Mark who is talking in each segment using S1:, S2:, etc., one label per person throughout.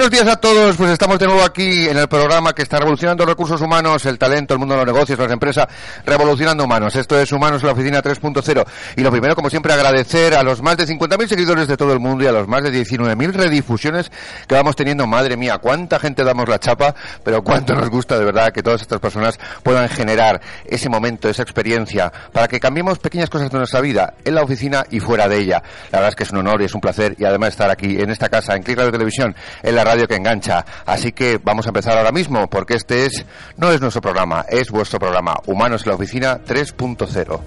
S1: buenos días a todos. Pues estamos de nuevo aquí en el programa que está revolucionando los recursos humanos, el talento, el mundo de los negocios, las empresas, revolucionando humanos. Esto es Humanos en la Oficina 3.0. Y lo primero, como siempre, agradecer a los más de 50.000 seguidores de todo el mundo y a los más de 19.000 redifusiones que vamos teniendo. Madre mía, cuánta gente damos la chapa, pero cuánto nos gusta de verdad que todas estas personas puedan generar ese momento, esa experiencia, para que cambiemos pequeñas cosas de nuestra vida, en la oficina y fuera de ella. La verdad es que es un honor y es un placer, y además estar aquí en esta casa, en Click Radio Televisión, en la radio que engancha. Así que vamos a empezar ahora mismo, porque este no es nuestro programa, es vuestro programa, Humanos en la Oficina 3.0.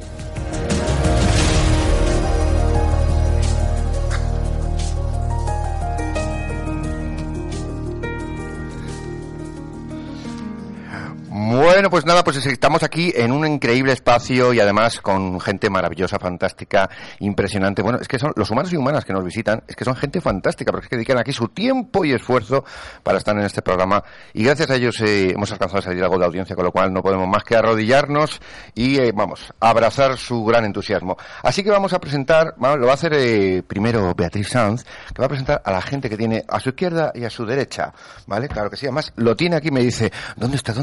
S1: Bueno, pues nada, pues estamos aquí en un increíble espacio y además con gente maravillosa, fantástica, impresionante. Bueno, es que son los humanos y humanas que nos visitan, es que son gente fantástica, porque es que dedican aquí su tiempo y esfuerzo para estar en este programa, y gracias a ellos hemos alcanzado a salir algo de audiencia, con lo cual no podemos más que arrodillarnos y abrazar su gran entusiasmo. Así que vamos a presentar, lo va a hacer primero Beatriz Sanz, que va a presentar a la gente que tiene a su izquierda y a su derecha, ¿vale? Claro que sí, además lo tiene aquí, me dice, ¿dónde está?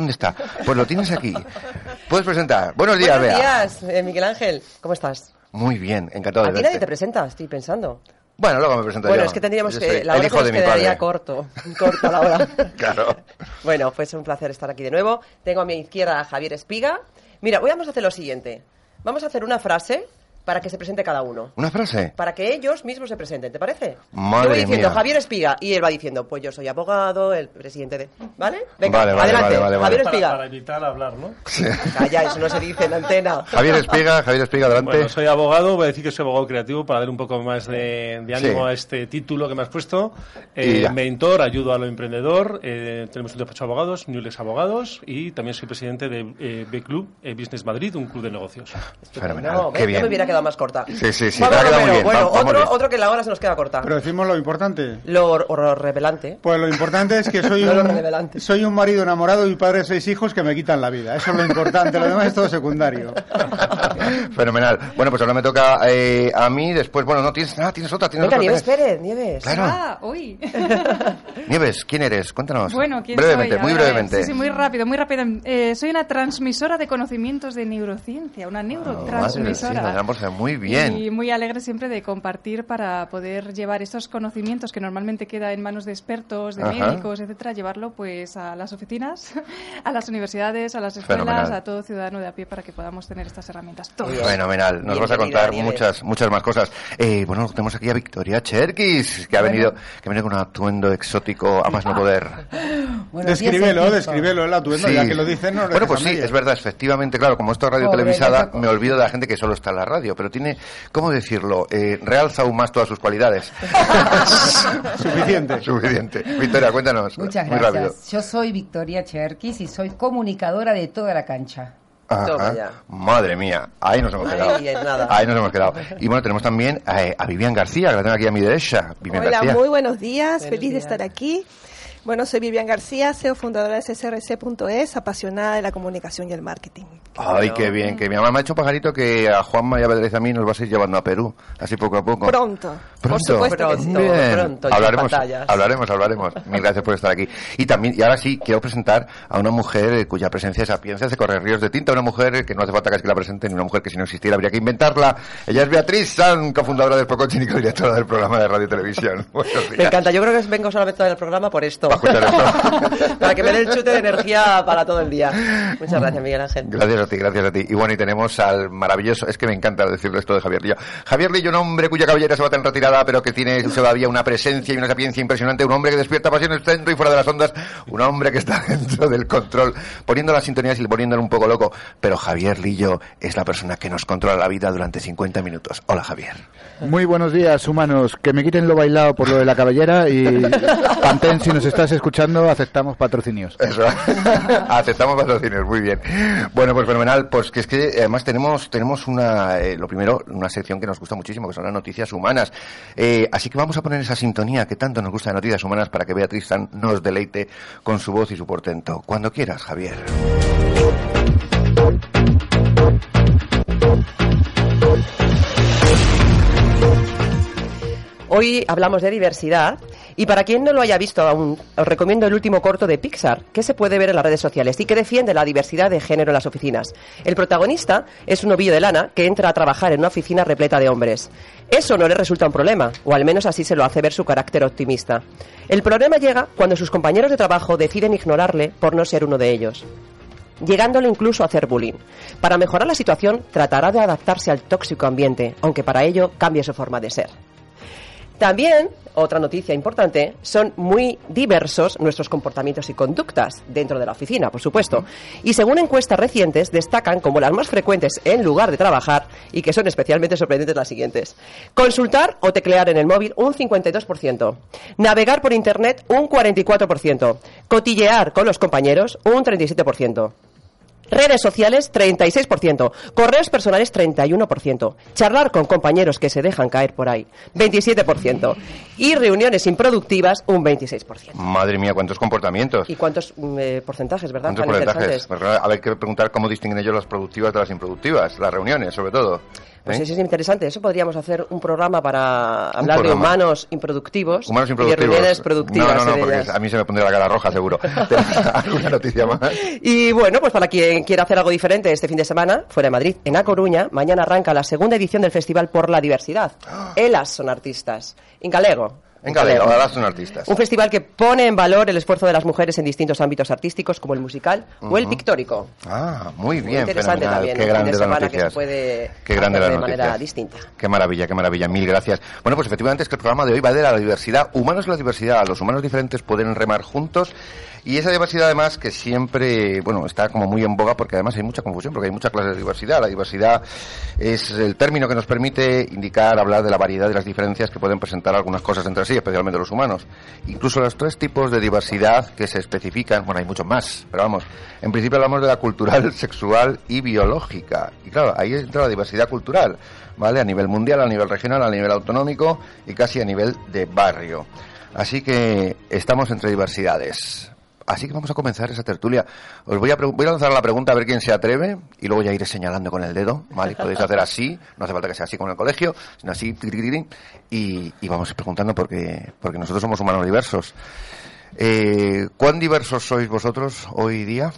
S1: Pues lo tienes aquí. Puedes presentar. Buenos días, Bea.
S2: Buenos días, Miguel Ángel. ¿Cómo estás?
S1: Muy bien, encantado de verte.
S2: A ti nadie te presenta, estoy pensando.
S1: Bueno, luego me presento yo.
S2: Bueno, es que tendríamos que... La hora se nos quedaría corta la hora.
S1: Claro.
S2: Bueno, pues un placer estar aquí de nuevo. Tengo a mi izquierda a Javier Espiga. Mira, vamos a hacer lo siguiente. Vamos a hacer una frase para que se presente cada uno.
S1: ¿Una frase?
S2: Para que ellos mismos se presenten, ¿te parece?
S1: Madre
S2: yo voy diciendo
S1: mía.
S2: Javier Espiga y él va diciendo, pues yo soy abogado, el presidente de... ¿Vale?
S1: Venga, vale,
S2: adelante,
S1: vale.
S2: Javier Espiga.
S3: Para evitar hablar, ¿no?
S1: Sí.
S2: Calla, eso no se dice en la antena.
S1: Javier Espiga, adelante.
S3: Bueno, soy abogado, voy a decir que soy abogado creativo para dar un poco más de ánimo a este título que me has puesto. Mentor, ayudo a lo emprendedor, tenemos un despacho de abogados, Newlex Abogados, y también soy presidente de B-Club Business Madrid, un club de negocios.
S1: Fenomenal,
S2: No,
S1: qué bien.
S2: No me hubiera quedado más corta.
S1: Sí,
S2: Vamos,
S1: te ha quedado muy bien.
S2: Bueno,
S1: Vamos bien.
S2: otro que la hora se nos queda corta.
S4: Pero decimos lo importante.
S2: Lo revelante.
S4: Pues lo importante es que soy, soy un marido enamorado y padre de 6 hijos que me quitan la vida. Eso es lo importante, lo demás es todo secundario.
S1: Fenomenal. Bueno, pues ahora me toca a mí, después, bueno, no, tienes otra.
S2: Venga, Nieves Pérez, Nieves.
S1: Claro.
S5: Uy.
S1: Nieves, ¿quién eres? Cuéntanos.
S5: Bueno, ¿quién
S1: brevemente,
S5: soy?
S1: Muy brevemente.
S5: Sí, muy rápido. Soy una transmisora de conocimientos de neurociencia, una neurotransmisora.
S1: Muy bien.
S5: Y muy alegre siempre de compartir para poder llevar estos conocimientos que normalmente queda en manos de expertos, de médicos, etcétera, llevarlo pues a las oficinas, a las universidades, a las escuelas,
S1: Fenomenal.
S5: a todo ciudadano de a pie para que podamos tener estas herramientas. Todos.
S1: Fenomenal. Nos vas a contar muchas más cosas. Bueno, tenemos aquí a Victoria Cherkis, que ha venido con un atuendo exótico a más no poder.
S4: Descríbelo el atuendo,
S1: Sí.
S4: ya que lo dicen. No
S1: Bueno, pues sí, es verdad, efectivamente, claro, como esto es radio televisada, me olvido de la gente que solo está en la radio, pero tiene, ¿cómo decirlo? Realza aún más todas sus cualidades. Suficiente. Victoria, cuéntanos.
S6: Muchas
S1: muy
S6: gracias.
S1: rápido.
S6: Yo soy Victoria Cherkis y soy comunicadora de toda la cancha.
S2: Toma ya.
S1: Madre mía, ahí nos hemos quedado. Ahí nos hemos quedado. Y bueno, tenemos también a Vivian García, que la tengo aquí a mi derecha. Vivian
S7: Hola,
S1: García.
S7: muy buenos días, feliz
S2: días.
S7: de estar aquí. Bueno, soy Vivian García, CEO fundadora de CCRC.es, apasionada de la comunicación y el marketing.
S1: Ay, qué bien, que mi mamá me ha hecho un pajarito que a Juanma y a Beatriz a mí nos vas a ir llevando a Perú, así poco a poco.
S7: Pronto. Por supuesto que sí.
S1: Bien.
S2: Pronto,
S1: Hablaremos. Mil gracias por estar aquí. Y ahora sí, quiero presentar a una mujer cuya presencia es sapiencia, hace correr ríos de tinta, una mujer que no hace falta que la presenten, una mujer que si no existiera habría que inventarla. Ella es Beatriz Sanz, cofundadora del Procoaching y codirectora del programa de Radio y Televisión. Buenos días.
S2: Me encanta, yo creo que vengo solamente del programa por esto.
S1: Para escuchar esto.
S2: Para que me dé el chute de energía para todo el día. Muchas gracias, Miguel Ángel.
S1: Gracias a ti. Y bueno, y tenemos al maravilloso, es que me encanta decirle esto de Javier Lillo. Javier Lillo, un hombre cuya cabellera se va tan retirada, pero que tiene todavía una presencia y una sapiencia impresionante, un hombre que despierta pasiones dentro y fuera de las ondas, un hombre que está dentro del control, poniendo las sintonías y poniéndolo un poco loco. Pero Javier Lillo es la persona que nos controla la vida durante 50 minutos. Hola, Javier.
S8: Muy buenos días, humanos. Que me quiten lo bailado por lo de la cabellera y Pantene, si nos estás escuchando, aceptamos patrocinios.
S1: Eso. Aceptamos patrocinios, muy bien. Bueno, pues fenomenal. Pues que es que además tenemos una, lo primero, una sección que nos gusta muchísimo, que son las noticias humanas. Así que vamos a poner esa sintonía que tanto nos gusta de noticias humanas para que Beatriz Sanz nos deleite con su voz y su portento. Cuando quieras, Javier.
S2: Hoy hablamos de diversidad Y para quien no lo haya visto aún, os recomiendo el último corto de Pixar, que se puede ver en las redes sociales y que defiende la diversidad de género en las oficinas. El protagonista es un ovillo de lana que entra a trabajar en una oficina repleta de hombres. Eso no le resulta un problema, o al menos así se lo hace ver su carácter optimista. El problema llega cuando sus compañeros de trabajo deciden ignorarle por no ser uno de ellos, llegándole incluso a hacer bullying. Para mejorar la situación, tratará de adaptarse al tóxico ambiente, aunque para ello cambie su forma de ser. También, otra noticia importante, son muy diversos nuestros comportamientos y conductas dentro de la oficina, por supuesto. Y según encuestas recientes, destacan como las más frecuentes en lugar de trabajar y que son especialmente sorprendentes las siguientes. Consultar o teclear en el móvil, un 52%. Navegar por internet, un 44%. Cotillear con los compañeros, un 37%. Redes sociales, 36%. Correos personales, 31%. Charlar con compañeros que se dejan caer por ahí, 27%. Y reuniones improductivas, un 26%.
S1: Madre mía, cuántos comportamientos.
S2: ¿Y cuántos porcentajes, verdad?
S1: ¿Cuántos porcentajes? A ver, hay que preguntar cómo distinguen ellos las productivas de las improductivas, las reuniones, sobre todo.
S2: Pues eso es interesante. Eso podríamos hacer un programa para hablar de humanos improductivos.
S1: Humanos improductivos.
S2: Y reuniones productivas.
S1: No, porque a mí se me pondría la cara roja, seguro. ¿Alguna noticia más?
S2: Y bueno, pues para quien quiera hacer algo diferente este fin de semana, fuera de Madrid, en A Coruña, mañana arranca la segunda edición del Festival por la Diversidad. Elas son artistas. En galego.
S1: En galego, elas son artistas.
S2: Un festival que pone en valor el esfuerzo de las mujeres en distintos ámbitos artísticos, como el musical o el pictórico.
S1: Ah, muy bien,
S2: muy interesante
S1: fenomenal.
S2: También,
S1: qué grande
S2: la
S1: noticias.
S2: Que se puede
S1: qué grande
S2: hacer
S1: la
S2: de manera
S1: noticias.
S2: distinta.
S1: Qué maravilla, mil gracias. Bueno, pues efectivamente es que el programa de hoy va de la diversidad. Humanos y la diversidad. Los humanos diferentes pueden remar juntos. Y esa diversidad, además, que siempre, bueno, está como muy en boga porque además hay mucha confusión, porque hay muchas clases de diversidad. La diversidad es el término que nos permite indicar, hablar de la variedad y las diferencias que pueden presentar algunas cosas entre sí, especialmente los humanos. Incluso los 3 tipos de diversidad que se especifican, bueno, hay muchos más, pero vamos, en principio hablamos de la cultural, sexual y biológica. Y claro, ahí entra la diversidad cultural, ¿vale? A nivel mundial, a nivel regional, a nivel autonómico y casi a nivel de barrio. Así que estamos entre diversidades. Así que vamos a comenzar esa tertulia. Os voy a lanzar la pregunta a ver quién se atreve y luego ya iré señalando con el dedo, ¿vale? Podéis hacer así, no hace falta que sea así como en el colegio, sino así, y vamos preguntando porque nosotros somos humanos diversos. ¿Cuán diversos sois vosotros hoy día?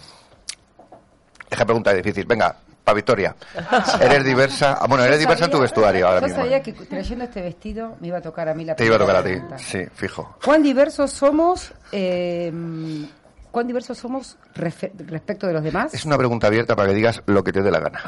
S1: Esa pregunta es difícil. Venga, para Victoria. ¿Eres diversa? Bueno, eres diversa en tu vestuario ahora mismo.
S6: Yo sabía que trayendo este vestido me iba a tocar a mí la
S1: Te iba a tocar a ti,
S6: pregunta.
S1: sí, fijo.
S6: ¿Cuán diversos somos? ¿Cuán diversos somos respecto de los demás?
S1: Es una pregunta abierta para que digas lo que te dé la gana.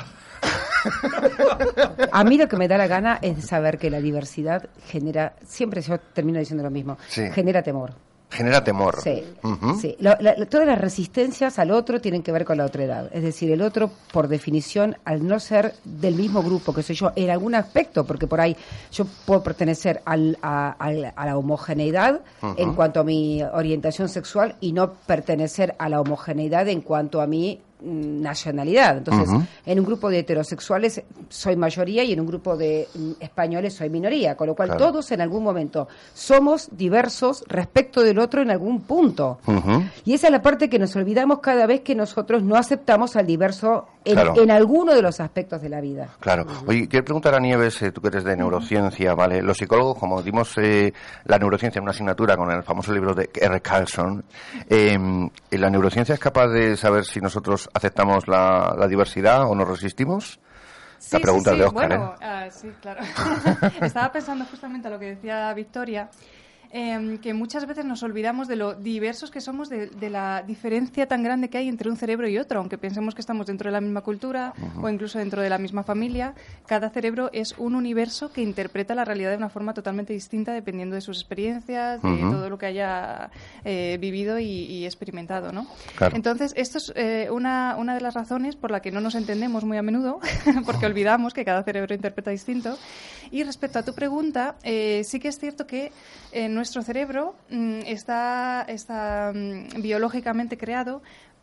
S6: A mí lo que me da la gana es saber que la diversidad genera, siempre yo termino diciendo lo mismo,
S1: sí.
S6: Genera temor.
S1: Genera temor.
S6: Sí, sí. Todas las resistencias al otro tienen que ver con la otredad. Es decir, el otro, por definición, al no ser del mismo grupo que soy yo, en algún aspecto, porque por ahí yo puedo pertenecer a la homogeneidad en cuanto a mi orientación sexual y no pertenecer a la homogeneidad en cuanto a mi nacionalidad. Entonces, en un grupo de heterosexuales soy mayoría y en un grupo de españoles soy minoría, con lo cual todos en algún momento somos diversos respecto del otro en algún punto. Y esa es la parte que nos olvidamos cada vez que nosotros no aceptamos al diverso en alguno de los aspectos de la vida.
S1: Claro. Oye, quiero preguntar a Nieves, tú que eres de neurociencia, ¿vale? Los psicólogos, como dimos la neurociencia en una asignatura con el famoso libro de R. Carlson, ¿la neurociencia es capaz de saber si nosotros aceptamos la diversidad o nos resistimos?
S5: Sí,
S1: la pregunta
S5: sí,
S1: de Óscar,
S5: bueno, sí, claro. Estaba pensando justamente a lo que decía Victoria, que muchas veces nos olvidamos de lo diversos que somos, de la diferencia tan grande que hay entre un cerebro y otro, aunque pensemos que estamos dentro de la misma cultura o incluso dentro de la misma familia. Cada cerebro es un universo que interpreta la realidad de una forma totalmente distinta dependiendo de sus experiencias, de todo lo que haya vivido y experimentado, ¿no?
S1: Claro.
S5: Entonces, esto es una de las razones por la que no nos entendemos muy a menudo, porque olvidamos que cada cerebro interpreta distinto. Y respecto a tu pregunta, sí que es cierto que nuestro cerebro está biológicamente creado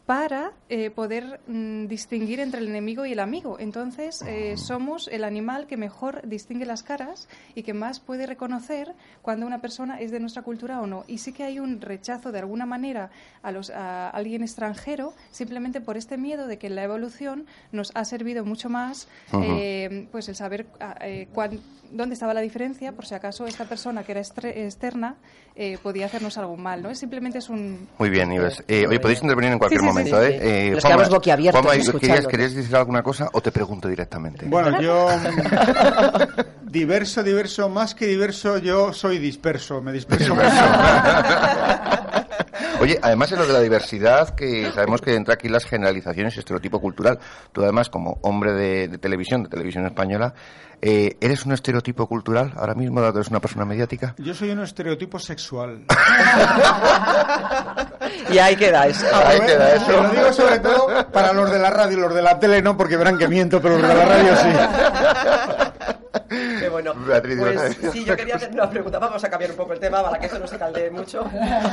S5: para poder distinguir entre el enemigo y el amigo. Entonces, somos el animal que mejor distingue las caras y que más puede reconocer cuando una persona es de nuestra cultura o no. Y sí que hay un rechazo de alguna manera a alguien extranjero, simplemente por este miedo de que la evolución nos ha servido mucho más pues el saber dónde estaba la diferencia, por si acaso esta persona que era externa podía hacernos algo mal, ¿no? Simplemente es un...
S1: Muy bien, Ives. Oye, podéis intervenir en cualquier momento,
S2: sí. Nos quedamos boquiabiertos escuchando.
S1: ¿Querías decir alguna cosa o te pregunto directamente?
S4: Bueno, yo... diverso, más que diverso, yo soy disperso, me disperso mucho.
S1: Oye, además en lo de la diversidad, que sabemos que entra aquí las generalizaciones y estereotipo cultural. Tú además, como hombre de televisión española, ¿eres un estereotipo cultural ahora mismo, dado que eres una persona mediática?
S4: Yo soy un estereotipo sexual.
S2: Y ahí queda eso.
S4: Lo digo sobre todo para los de la radio, los de la tele no, porque verán que miento, pero los de la radio sí.
S2: Qué bueno.
S1: Beatriz,
S2: pues sí, yo quería hacer una pregunta. Vamos a cambiar un poco el tema para que eso no se caldee mucho.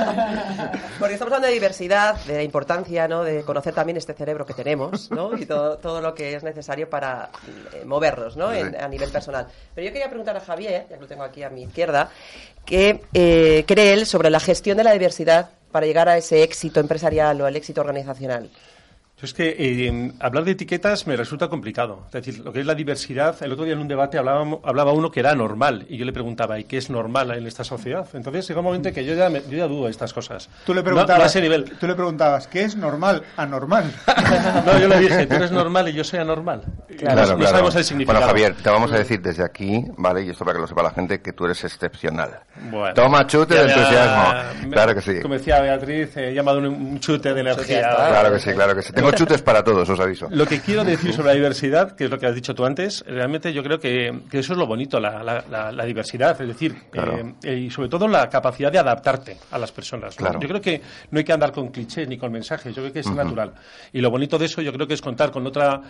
S2: Porque estamos hablando de diversidad, de la importancia, ¿no?, de conocer también este cerebro que tenemos, ¿no?, y todo lo que es necesario para movernos, ¿no?, a nivel personal. Pero yo quería preguntar a Javier, ya que lo tengo aquí a mi izquierda, ¿qué cree él sobre la gestión de la diversidad para llegar a ese éxito empresarial o al éxito organizacional?
S3: Es que hablar de etiquetas me resulta complicado. Es decir, lo que es la diversidad, el otro día en un debate hablaba uno que era normal, y yo le preguntaba, ¿y qué es normal en esta sociedad? Entonces llega un momento en que yo ya dudo de estas cosas.
S4: Tú le preguntabas,
S3: no a ese nivel.
S4: Tú le preguntabas, ¿qué es normal? Anormal.
S3: No, yo le dije, tú eres normal y yo soy anormal.
S1: Claro.
S3: No sabemos el significado.
S1: Bueno, Javier, te vamos a decir desde aquí, ¿vale? Y esto para que lo sepa la gente, que tú eres excepcional.
S3: Bueno,
S1: toma chute de entusiasmo. Claro que sí.
S3: Como decía Beatriz, he llamado un chute de energía.
S1: Claro que sí. Tengo chutes para todos, os aviso.
S3: Lo que quiero decir sobre la diversidad, que es lo que has dicho tú antes, realmente yo creo que eso es lo bonito, la diversidad, es decir,
S1: claro.
S3: Y sobre todo la capacidad de adaptarte a las personas, ¿no?
S1: Claro.
S3: Yo creo que no hay que andar con clichés ni con mensajes, yo creo que es natural. Y lo bonito de eso yo creo que es contar con otra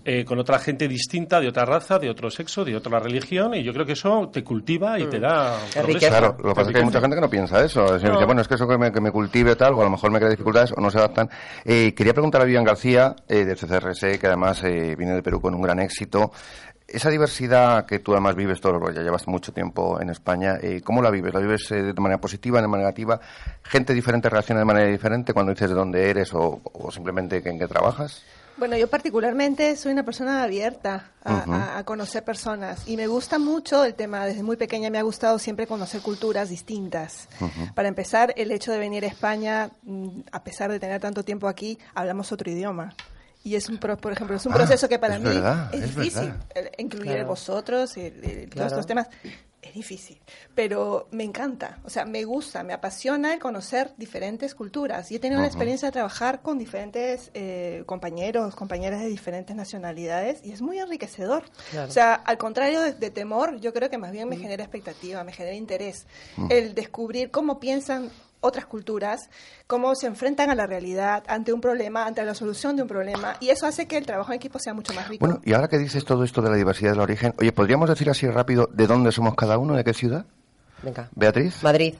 S3: gente distinta, de otra raza, de otro sexo, de otra religión, y yo creo que eso te cultiva y te da progreso.
S1: Claro, lo que pasa es que hay mucha gente que no piensa eso. Dice, bueno, es que eso que me cultive tal, o a lo mejor me crea dificultades o no se adaptan. Quería preguntar a Vivian García, del CCRC, que además viene de Perú con un gran éxito. Esa diversidad que tú además vives ya llevas mucho tiempo en España, ¿cómo la vives? ¿La vives de manera positiva, de manera negativa? ¿Gente diferente reacciona de manera diferente cuando dices de dónde eres o simplemente en qué trabajas?
S7: Bueno, yo particularmente soy una persona abierta a conocer personas y me gusta mucho el tema. Desde muy pequeña me ha gustado siempre conocer culturas distintas. Para empezar, el hecho de venir a España, a pesar de tener tanto tiempo aquí, hablamos otro idioma. Y por ejemplo, es un proceso que para mí es difícil. Incluir vosotros y todos estos temas. Es difícil, pero me encanta, o sea, me gusta, me apasiona el conocer diferentes culturas. Y he tenido la experiencia de trabajar con diferentes compañeras de diferentes nacionalidades y es muy enriquecedor. Claro. O sea, al contrario de temor, yo creo que más bien me genera expectativa, me genera interés. El descubrir cómo piensan otras culturas, cómo se enfrentan a la realidad ante un problema, ante la solución de un problema, y eso hace que el trabajo en equipo sea mucho más rico.
S1: Bueno, y ahora que dices todo esto de la diversidad del origen, oye, ¿podríamos decir así rápido de dónde somos cada uno, de qué ciudad?
S2: Venga.
S1: ¿Beatriz?
S2: Madrid.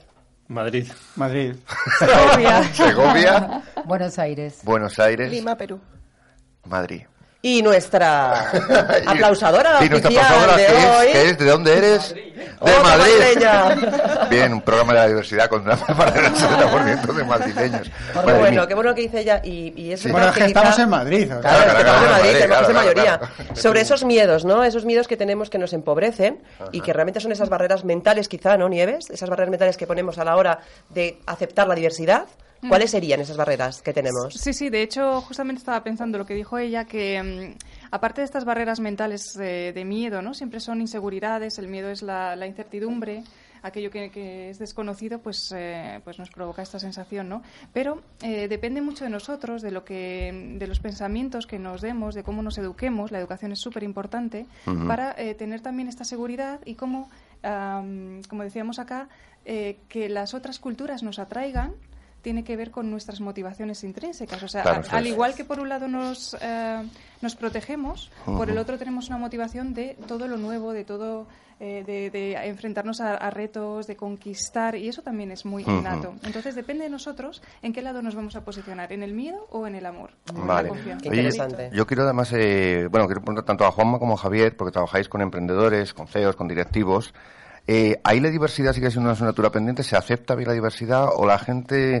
S1: Segovia.
S6: Buenos Aires.
S7: Lima, Perú.
S1: Madrid.
S2: Y nuestra aplausadora
S1: y nuestra
S2: oficial
S1: aplausadora,
S2: de hoy.
S1: ¿qué es? ¿De dónde eres? De Madrid. Bien, un programa de la diversidad con más del 60% de madrileños.
S2: Qué bueno que dice ella. Y es
S4: bueno, es que estamos en Madrid.
S2: Claro, estamos en Madrid, tenemos mayoría. Sobre esos miedos, ¿no? Esos miedos que tenemos que nos empobrecen y que realmente son esas barreras mentales, quizá, ¿no, Nieves? Esas barreras mentales que ponemos a la hora de aceptar la diversidad. ¿Cuáles serían esas barreras que tenemos?
S5: Sí, de hecho, justamente estaba pensando lo que dijo ella, que aparte de estas barreras mentales de miedo, ¿no? Siempre son inseguridades, el miedo es la incertidumbre, aquello que es desconocido, pues nos provoca esta sensación, ¿no? Pero depende mucho de nosotros, de los pensamientos que nos demos, de cómo nos eduquemos. La educación es súper importante para tener también esta seguridad y cómo, como decíamos acá, que las otras culturas nos atraigan, tiene que ver con nuestras motivaciones intrínsecas. O sea,
S1: claro,
S5: al igual que por un lado nos protegemos, por el otro tenemos una motivación de todo lo nuevo, de todo... de enfrentarnos a retos, de conquistar, y eso también es muy innato. Entonces depende de nosotros en qué lado nos vamos a posicionar, en el miedo o en el amor.
S1: Vale.
S2: Interesante.
S1: Yo quiero además, quiero preguntar tanto a Juanma como a Javier, porque trabajáis con emprendedores, con CEOs, con directivos. ¿Ahí la diversidad sigue siendo una asignatura pendiente? ¿Se acepta bien la diversidad? ¿O la gente,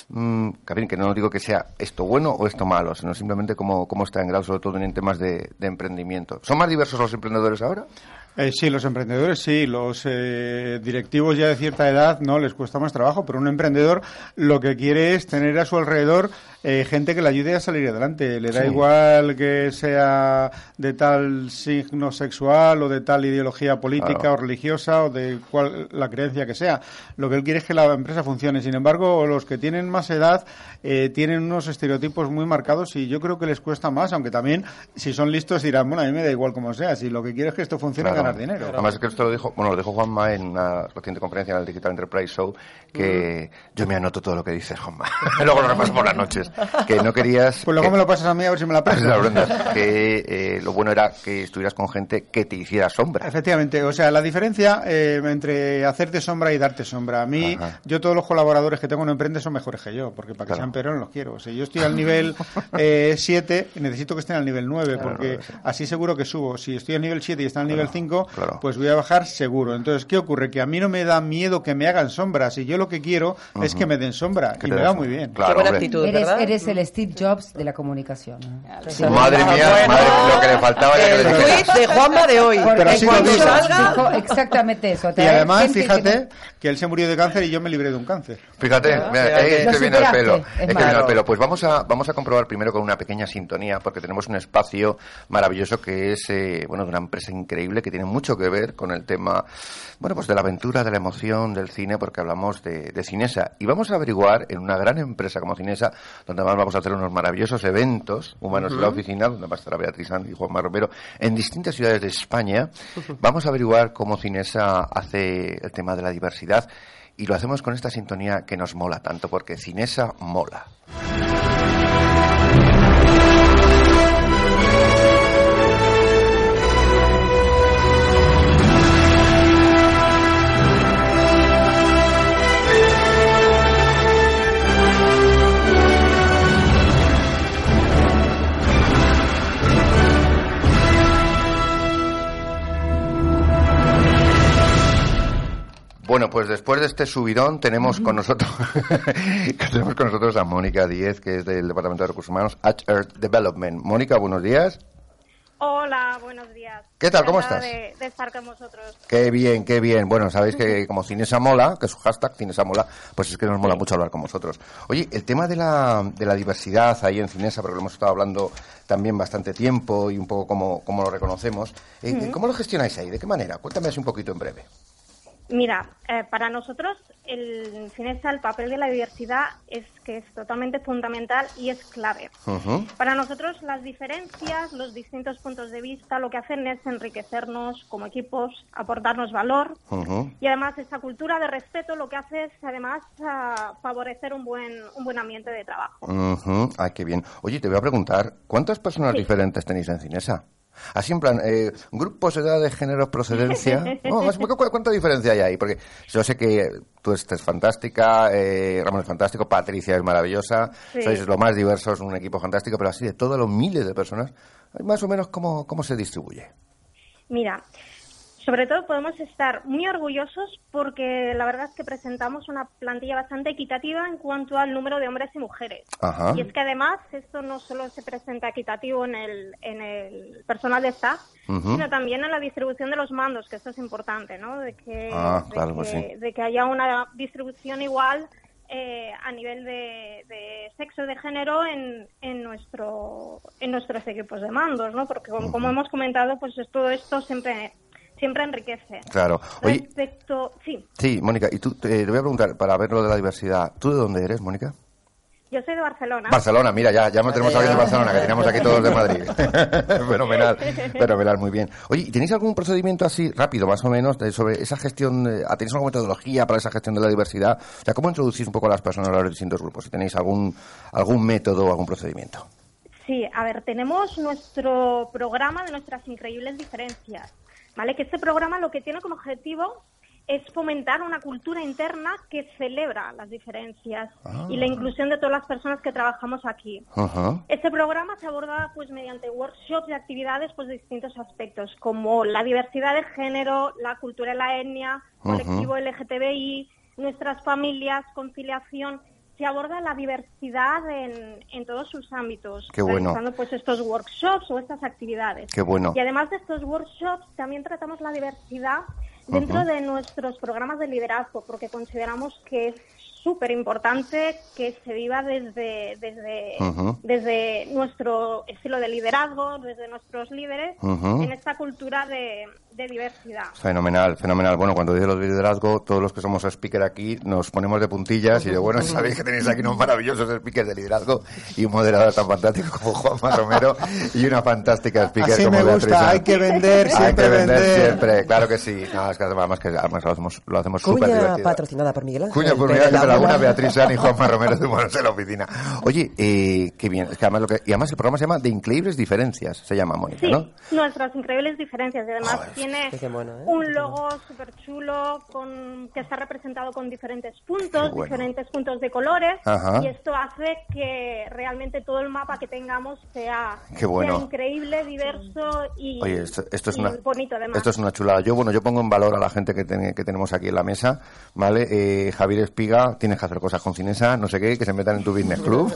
S1: que no digo que sea esto bueno o esto malo, sino simplemente cómo está en grado, sobre todo en temas de emprendimiento? ¿Son más diversos los emprendedores ahora?
S4: Sí, los emprendedores sí, los directivos ya de cierta edad no les cuesta más trabajo, pero un emprendedor lo que quiere es tener a su alrededor gente que le ayude a salir adelante. Le da igual que sea de tal signo sexual o de tal ideología política o religiosa o de la creencia que sea. Lo que él quiere es que la empresa funcione. Sin embargo, los que tienen más edad tienen unos estereotipos muy marcados y yo creo que les cuesta más, aunque también si son listos dirán, bueno, a mí me da igual como sea, si lo que quiero es que esto funcione, ganar dinero.
S1: Además es que esto lo dijo Juanma en una reciente conferencia en el Digital Enterprise Show, que yo me anoto todo lo que dices, Juanma. Luego lo repaso por las noches. Que no querías...
S4: Pues luego me lo pasas a mí a ver si me la prestas.
S1: Que lo bueno era que estuvieras con gente que te hiciera sombra.
S4: Efectivamente, o sea, la diferencia entre hacerte sombra y darte sombra. A mí, yo todos los colaboradores que tengo en Emprende son mejores que yo, porque para que sean peores no los quiero. O sea, yo estoy al nivel 7, necesito que estén al nivel 9, porque así seguro que subo. Si estoy al nivel 7 y están al nivel 5, pues voy a bajar seguro. Entonces, ¿qué ocurre? Que a mí no me da miedo que me hagan sombra. Si yo lo que quiero es que me den sombra, y me va muy bien.
S2: Qué buena actitud, ¿verdad?
S6: Eres el Steve Jobs de la comunicación.
S2: Sí.
S1: Madre mía, lo que le faltaba ya que le dijera.
S2: El tweet de Juanma de hoy.
S4: Pero así
S2: cuando
S4: dijo
S6: exactamente eso.
S4: Y además, fíjate que él se murió de cáncer y yo me libré de un cáncer.
S1: Fíjate, que viene al pelo. Viene al pelo. Pues vamos a comprobar primero con una pequeña sintonía, porque tenemos un espacio maravilloso que es de una empresa increíble que tiene mucho que ver con el tema, pues de la aventura, de la emoción, del cine, porque hablamos de Cinesa. Y vamos a averiguar en una gran empresa como Cinesa, donde además vamos a hacer unos maravillosos eventos humanos en la oficina, donde va a estar Beatriz Sanz y Juanma Romero, en distintas ciudades de España. Vamos a averiguar cómo Cinesa hace el tema de la diversidad, y lo hacemos con esta sintonía que nos mola tanto, porque Cinesa mola. Bueno, pues después de este subidón tenemos con nosotros a Mónica Díez, que es del Departamento de Recursos Humanos, HR Development. Mónica, buenos días.
S9: Hola, buenos días.
S1: ¿Qué tal? ¿Cómo estás?
S9: De estar con vosotros.
S1: Qué bien, qué bien. Bueno, sabéis que como Cinesa mola, que es su hashtag Cinesa mola, pues es que nos mola mucho hablar con vosotros. Oye, el tema de la diversidad ahí en Cinesa, porque lo hemos estado hablando también bastante tiempo y un poco como lo reconocemos, ¿cómo lo gestionáis ahí? ¿De qué manera? Cuéntame así un poquito en breve.
S9: Mira, para nosotros el Cinesa, el papel de la diversidad es totalmente fundamental y es clave. Para nosotros las diferencias, los distintos puntos de vista, lo que hacen es enriquecernos como equipos, aportarnos valor y además esa cultura de respeto lo que hace es además favorecer un buen ambiente de trabajo.
S1: Ay, qué bien. Oye, te voy a preguntar, ¿cuántas personas diferentes tenéis en Cinesa? Así en plan, grupos, edades, géneros, procedencia. ¿Cuánta diferencia hay ahí? Porque yo sé que tú estés fantástica, Ramón es fantástico, Patricia es maravillosa, sois lo más diversos, un equipo fantástico, pero así de todos los miles de personas, más o menos, ¿cómo se distribuye?
S9: Mira, sobre todo podemos estar muy orgullosos porque la verdad es que presentamos una plantilla bastante equitativa en cuanto al número de hombres y mujeres. Y es que además esto no solo se presenta equitativo en el personal de staff, sino también en la distribución de los mandos, que esto es importante, ¿no? De que haya una distribución igual a nivel de sexo y de género en nuestros equipos de mandos, ¿no? Porque como hemos comentado, pues todo esto siempre enriquece.
S1: Claro. Oye, sí, Mónica, y tú te voy a preguntar, para ver lo de la diversidad, ¿tú de dónde eres, Mónica?
S9: Yo soy de Barcelona.
S1: Barcelona, mira, ya tenemos a alguien de Barcelona, que teníamos aquí todos de Madrid. Fenomenal, muy bien. Oye, ¿tenéis algún procedimiento así rápido, más o menos, sobre esa gestión? ¿Tenéis alguna metodología para esa gestión de la diversidad? O sea, ¿cómo introducís un poco a las personas a los distintos grupos? Si tenéis algún método o algún procedimiento.
S9: Sí, a ver, tenemos nuestro programa de nuestras increíbles diferencias, ¿vale? Que este programa lo que tiene como objetivo es fomentar una cultura interna que celebra las diferencias y la inclusión de todas las personas que trabajamos aquí. Este programa se aborda pues mediante workshops y actividades pues de distintos aspectos, como la diversidad de género, la cultura y la etnia, colectivo LGTBI, nuestras familias, conciliación. Se aborda la diversidad en todos sus ámbitos, realizando pues estos workshops o estas actividades.
S1: Qué bueno.
S9: Y además de estos workshops, también tratamos la diversidad dentro de nuestros programas de liderazgo, porque consideramos que es súper importante que se viva desde nuestro estilo de liderazgo, desde nuestros líderes, en esta cultura de diversidad.
S1: Fenomenal. Bueno, cuando dice los liderazgo, todos los que somos speaker aquí nos ponemos de puntillas y de bueno, sabéis que tenéis aquí unos maravillosos speakers de liderazgo y un moderador tan fantástico como Juanma Romero y una fantástica speaker
S4: así
S1: como
S4: me
S1: Beatriz.
S4: Gusta, hay que vender siempre,
S1: claro que sí. No, es que además lo hacemos súper divertido.
S2: Cuña patrocinada por Miguel Ángel.
S1: Cuña por Miguel Ángel Laguna, Beatriz San y Juanma Romero de Humanos en la Oficina. Oye, qué bien. Es que además el programa se llama De Increíbles Diferencias, se llama, Mónica,
S9: sí,
S1: ¿no?
S9: Nuestras increíbles diferencias. Y además tiene un logo súper chulo que está representado con diferentes puntos, diferentes puntos de colores. Y esto hace que realmente todo el mapa que tengamos sea increíble, diverso y, esto es bonito además.
S1: Esto es una chulada. Yo pongo en valor a la gente que tenemos aquí en la mesa, ¿vale? Javier Espiga, tienes que hacer cosas con Cinesa, no sé qué, que se metan en tu business club.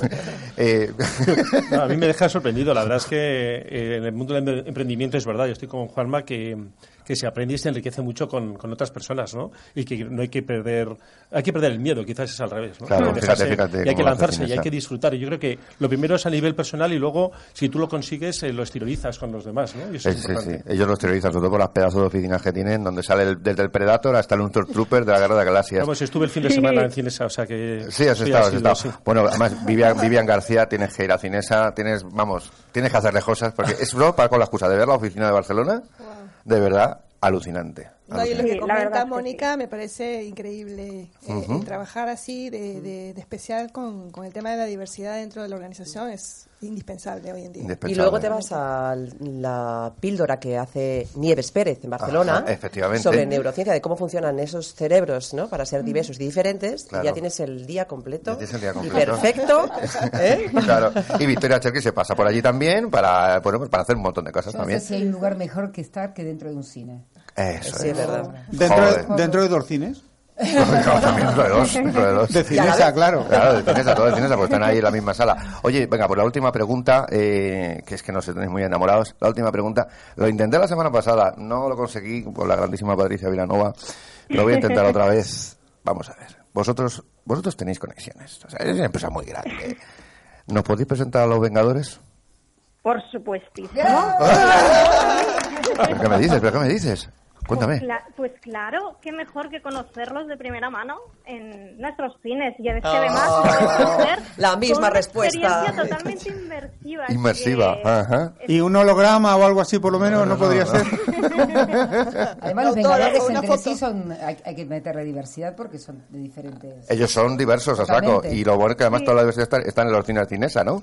S3: No, a mí me deja sorprendido. La verdad es que en el mundo del emprendimiento es verdad. Yo estoy con Juanma que se aprende y se enriquece mucho con otras personas, ¿no? Y que no hay que perder el miedo, quizás es al revés, ¿no?
S1: Claro, fíjate.
S3: Y hay que lanzarse y hay que disfrutar. Y yo creo que lo primero es a nivel personal y luego, si tú lo consigues, lo exteriorizas con los demás, ¿no? Y eso es importante.
S1: Sí. Ellos lo exteriorizan, sobre todo por las pedazos de oficinas que tienen, donde sale desde el Predator hasta el Stormtrooper de la Guerra de Galaxias.
S3: Vamos, estuve el fin de semana en Cinesa, o sea que...
S1: Sí, has estado. Sí. Bueno, además, Vivian García, tienes que ir a Cinesa, tienes que hacerle cosas, porque es solo con la excusa de ver la oficina de Barcelona, de verdad, alucinante.
S7: No, y lo que comenta Mónica me parece increíble. Trabajar así de especial con el tema de la diversidad dentro de la organización es indispensable hoy en día.
S2: Y luego te vas a la píldora que hace Nieves Pérez en Barcelona.
S1: Ajá, efectivamente.
S2: Sobre neurociencia, de cómo funcionan esos cerebros, ¿no? Para ser diversos y diferentes. Claro. Y ya tienes el día completo. Y perfecto.
S1: Claro. Y Victoria Cherky se pasa por allí también para hacer un montón de cosas también.
S6: No sé si hay un lugar mejor que estar que dentro de un cine.
S1: Eso
S2: sí, es verdad.
S4: ¿Dentro de dos cines?
S1: No, también dentro de dos.
S4: De Cinesa, claro.
S1: Claro, de Cinesa, todos de Cinesa, porque están ahí en la misma sala. Oye, venga, por la última pregunta, que es que no sé, tenéis muy enamorados. La última pregunta, lo intenté la semana pasada, no lo conseguí con la grandísima Patricia Vilanova. Lo voy a intentar otra vez. Vamos a ver. Vosotros tenéis conexiones. O sea, es una empresa muy grande. ¿Nos podéis presentar a los Vengadores?
S9: Por supuestísimo.
S1: ¿Pero qué me dices? Cuéntame.
S9: Pues claro, qué mejor que conocerlos de primera mano en nuestros cines. Y es que además
S2: la misma respuesta.
S9: Una experiencia totalmente
S1: inmersiva. Ajá.
S4: ¿Y un holograma o algo así por lo menos no podría ser?
S6: Además los Vengadores entre sí hay que meterle diversidad porque son de diferentes...
S1: Ellos son diversos a saco. Y lo bueno es que además toda la diversidad está en los cines Cinesa, ¿no?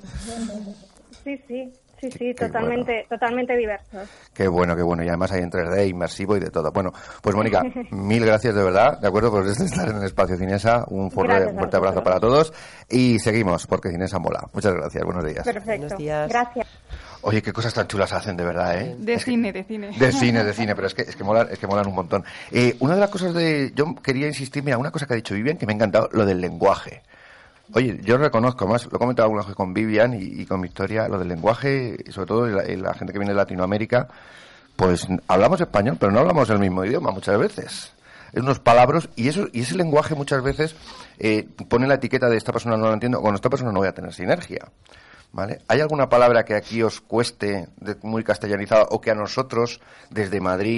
S9: Sí, totalmente diversos.
S1: Qué bueno. Y además hay en 3D, inmersivo y de todo. Bueno, pues Mónica, mil gracias de verdad, ¿de acuerdo? Por estar en el Espacio Cinesa. Un fuerte abrazo para todos. Y seguimos, porque Cinesa mola. Muchas gracias, buenos días.
S9: Perfecto.
S2: Buenos días.
S9: Gracias.
S1: Oye, qué cosas tan chulas hacen, de verdad, ¿eh?
S5: De cine.
S1: De cine, pero es que molan un montón. Una de las cosas yo quería insistir, mira, una cosa que ha dicho Vivian que me ha encantado, lo del lenguaje. Oye, yo reconozco, más lo he comentado alguna vez con Vivian y con Victoria, lo del lenguaje, sobre todo la gente que viene de Latinoamérica, pues hablamos español, pero no hablamos el mismo idioma muchas veces. Es unos palabras, y ese lenguaje muchas veces pone la etiqueta de esta persona no la entiendo, o con esta persona no voy a tener sinergia. ¿Vale? ¿Hay alguna palabra que aquí os cueste muy castellanizada o que a nosotros desde Madrid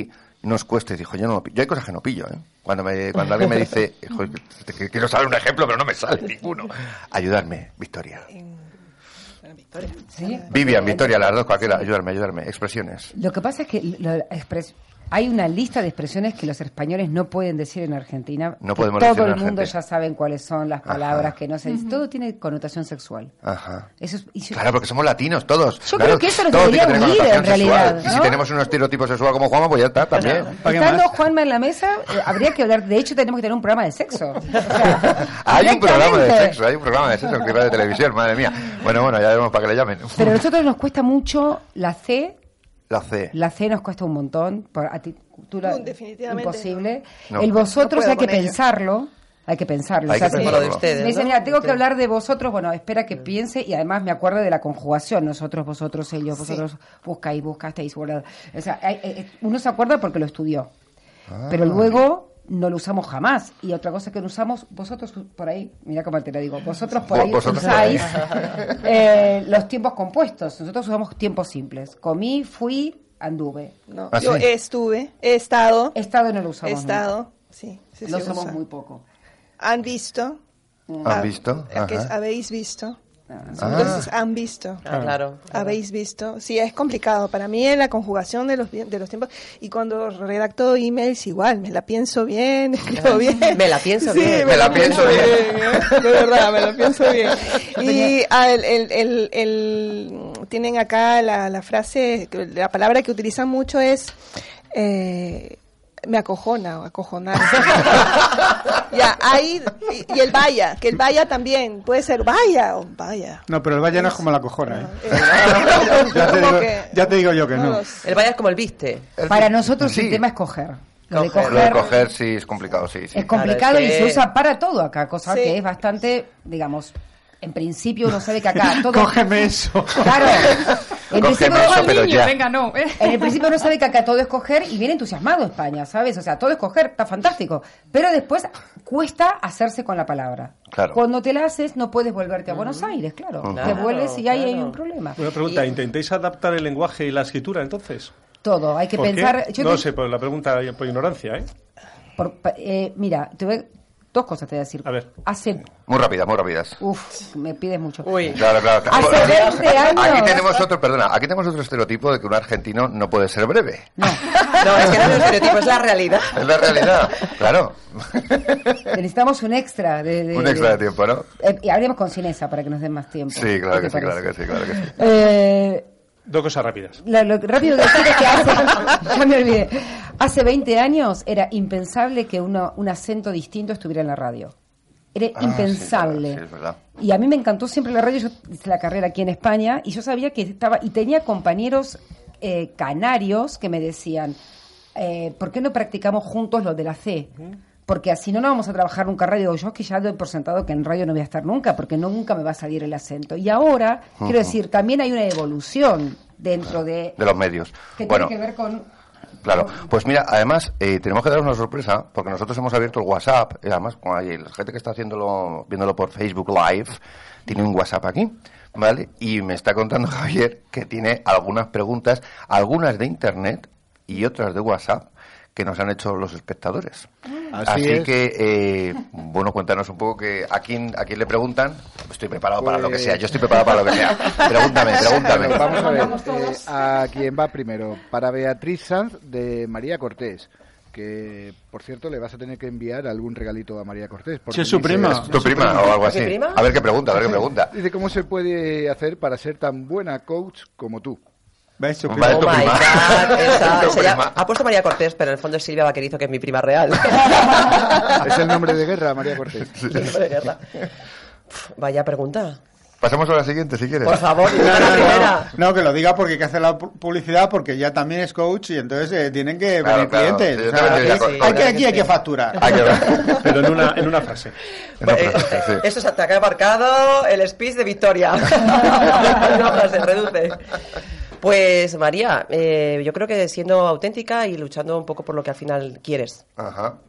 S1: nos cuesta. Y dijo, yo hay cosas que no pillo, ¿eh? Cuando alguien me dice, que quiero saber un ejemplo, pero no me sale ninguno. Ayudarme, Victoria.
S2: Victoria.
S6: ¿Sí?
S1: Vivian, Victoria, las dos, cualquiera. Ayudarme. Expresiones.
S6: Lo que pasa es que hay una lista de expresiones que los españoles no pueden decir en Argentina.
S1: No podemos
S6: todo
S1: decir en
S6: el mundo
S1: Argentina.
S6: ya saben cuáles son las palabras.
S1: Ajá.
S6: Que no se dicen. Todo tiene connotación sexual.
S1: Ajá.
S6: Eso
S1: Claro, porque somos latinos todos.
S6: Yo
S1: claro,
S6: creo que eso nos
S1: todo
S6: debería
S1: tiene que tener
S6: unir,
S1: connotación
S6: en realidad,
S1: sexual. Y si
S6: ¿no?
S1: tenemos un estereotipo sexual como Juanma, pues ya está, también.
S6: Estando Juanma en la mesa, habría que hablar. De hecho, tenemos que tener un programa de sexo. O sea,
S1: hay un programa de
S6: directamente.
S1: sexo en de televisión, madre mía. Bueno, ya veremos para que le llamen.
S6: Pero a nosotros nos cuesta mucho la C.
S1: La C.
S6: La C nos cuesta un montón. A ti,
S7: definitivamente
S6: imposible.
S1: No.
S6: El vosotros
S7: No
S6: hay que
S7: puedo con
S6: pensarlo. Hay que pensarlo.
S1: Hay que
S6: si
S1: pensarlo.
S2: de ustedes,
S6: me dicen,
S2: ¿no?
S6: mira, tengo que
S2: Ustedes.
S6: hablar de vosotros. Bueno, espera que piense y además me acuerdo de la conjugación. Nosotros, vosotros, ellos, vosotros, buscáis, buscasteis. O sea, uno se acuerda porque lo estudió. Pero luego no lo usamos jamás. Y otra cosa que no usamos, vosotros por ahí, mira cómo te lo digo, vosotros por ahí
S1: Vosotros
S6: usáis los tiempos compuestos. Nosotros usamos tiempos simples. Comí, fui, anduve.
S7: No,
S1: ¿Ah,
S7: yo
S1: sí?
S7: estuve, he estado,
S6: Estado no lo usamos.
S7: he estado,
S6: nunca.
S7: sí
S6: Lo
S7: se
S6: usamos
S7: usa.
S6: muy poco.
S7: Han visto.
S1: ¿Han visto?
S7: Que es,
S1: Ajá.
S7: habéis visto.
S1: Ah.
S7: Entonces, han visto.
S2: Claro.
S7: Habéis visto. Sí, es complicado. Para mí es la conjugación de los tiempos. Y cuando redacto emails, igual, me la pienso bien, escribo bien.
S2: Me la pienso
S7: Sí,
S2: bien.
S1: Me la pienso bien.
S7: De verdad, me la pienso bien. Y tienen acá la frase, la palabra que utilizan mucho es... me acojona o acojonar. Ya, ahí, y el vaya, que el vaya también puede ser vaya o vaya.
S4: No, pero el vaya no es como la cojona, ¿eh?
S7: Como que-
S4: Ya te digo yo que no.
S7: lo sé.
S2: El vaya es como el viste.
S6: Para nosotros
S1: Sí.
S6: el tema es coger. Lo de
S2: Coger.
S1: Lo de
S6: coger
S1: coger sí es complicado, sí.
S6: es complicado
S2: Claro, es
S6: y
S2: que-
S6: se usa para todo acá, cosa
S7: Sí.
S6: que es bastante, digamos, en principio uno sabe que acá todo...
S4: Cógeme eso.
S6: Claro. En
S1: Cógeme
S6: principio,
S1: eso, pero ya.
S5: Venga, no.
S6: en el principio uno sabe que acá todo es coger y viene entusiasmado España, ¿sabes? O sea, todo es coger, está fantástico. Pero después cuesta hacerse con la palabra.
S1: Claro.
S6: Cuando te la haces no puedes volverte a Buenos Aires, claro. Te
S2: Claro,
S6: vuelves y ahí hay
S2: claro.
S6: un problema.
S3: Una pregunta, ¿intentáis adaptar el lenguaje y la escritura entonces?
S6: Todo, hay que
S3: ¿Por
S6: pensar...
S3: qué? No sé, por la pregunta por ignorancia, ¿eh?
S6: Mira, dos cosas te voy a decir.
S3: A ver.
S6: Hace...
S1: Muy rápidas.
S6: Uf, me pides mucho.
S2: Uy.
S1: Claro.
S6: Hace 20 años...
S1: Aquí tenemos otro estereotipo de que un argentino no puede ser breve.
S6: No,
S2: No, es que no es un estereotipo, es la realidad.
S1: Es la realidad, claro.
S6: necesitamos un extra de...
S1: Un extra de tiempo, ¿no?
S6: Y hablemos con Cinesa para que nos den más tiempo.
S1: Sí, claro
S6: ¿Qué
S1: que
S6: te
S1: sí,
S6: parece?
S1: claro que sí.
S3: Dos cosas rápidas.
S6: Lo rápido que decir es que ya me olvidé. Hace 20 años era impensable que un acento distinto estuviera en la radio. Era impensable.
S1: Sí, es verdad.
S6: Y a mí me encantó siempre la radio. Yo hice la carrera aquí en España y yo sabía que estaba... Y tenía compañeros canarios que me decían, ¿por qué no practicamos juntos lo de la C? Porque así no vamos a trabajar nunca en radio. Yo es que ya doy por sentado que en radio no voy a estar nunca, porque nunca me va a salir el acento. Y ahora, quiero decir, también hay una evolución dentro de
S1: los medios.
S6: que
S1: Bueno,
S6: tiene que ver con...
S1: claro. Pues mira, además, tenemos que dar una sorpresa, porque nosotros hemos abierto el WhatsApp, y además, como hay la gente que está viéndolo por Facebook Live, tiene un WhatsApp aquí, ¿vale? Y me está contando Javier que tiene algunas preguntas, algunas de Internet y otras de WhatsApp, que nos han hecho los espectadores.
S8: Así es.
S1: Que, bueno, cuéntanos un poco que a quién le preguntan. Estoy preparado para lo que sea, yo estoy preparado para lo que sea. Pregúntame.
S8: Bueno, vamos a ver, a quién va primero. Para Beatriz Sanz, de María Cortés, que, por cierto, le vas a tener que enviar algún regalito a María Cortés.
S4: Sí, es su prima.
S1: ¿Es tu prima o algo así?
S2: ¿Mi prima?
S1: A ver qué pregunta.
S8: Dice, ¿cómo se puede hacer para ser tan buena coach como tú?
S4: ¿Ves? Su
S1: Vale,
S2: Oh
S1: tu
S2: my
S1: prima.
S2: God, esa-
S1: Tu
S2: se llama-
S1: prima.
S2: ha puesto María Cortés, pero en el fondo es Silvia Vaquerizo, que es mi prima real.
S8: Es el nombre de guerra, María Cortés.
S2: De guerra. Vaya pregunta.
S1: Pasamos a la siguiente, si quieres.
S2: Por favor, la primera.
S4: No, que lo diga porque hay que hacer la publicidad, porque ya también es coach y entonces tienen que
S1: Claro,
S4: venir
S1: claro.
S4: clientes.
S1: Sí,
S4: O
S1: yo
S4: sea,
S1: también
S4: aquí,
S1: estoy de acuerdo.
S4: aquí hay que facturar.
S1: Hay que ver.
S3: Pero en una frase.
S1: Sí.
S2: Esto se te ha marcado el speech de Victoria. Una frase, reduce. Pues María, yo creo que siendo auténtica y luchando un poco por lo que al final quieres.
S1: Ajá.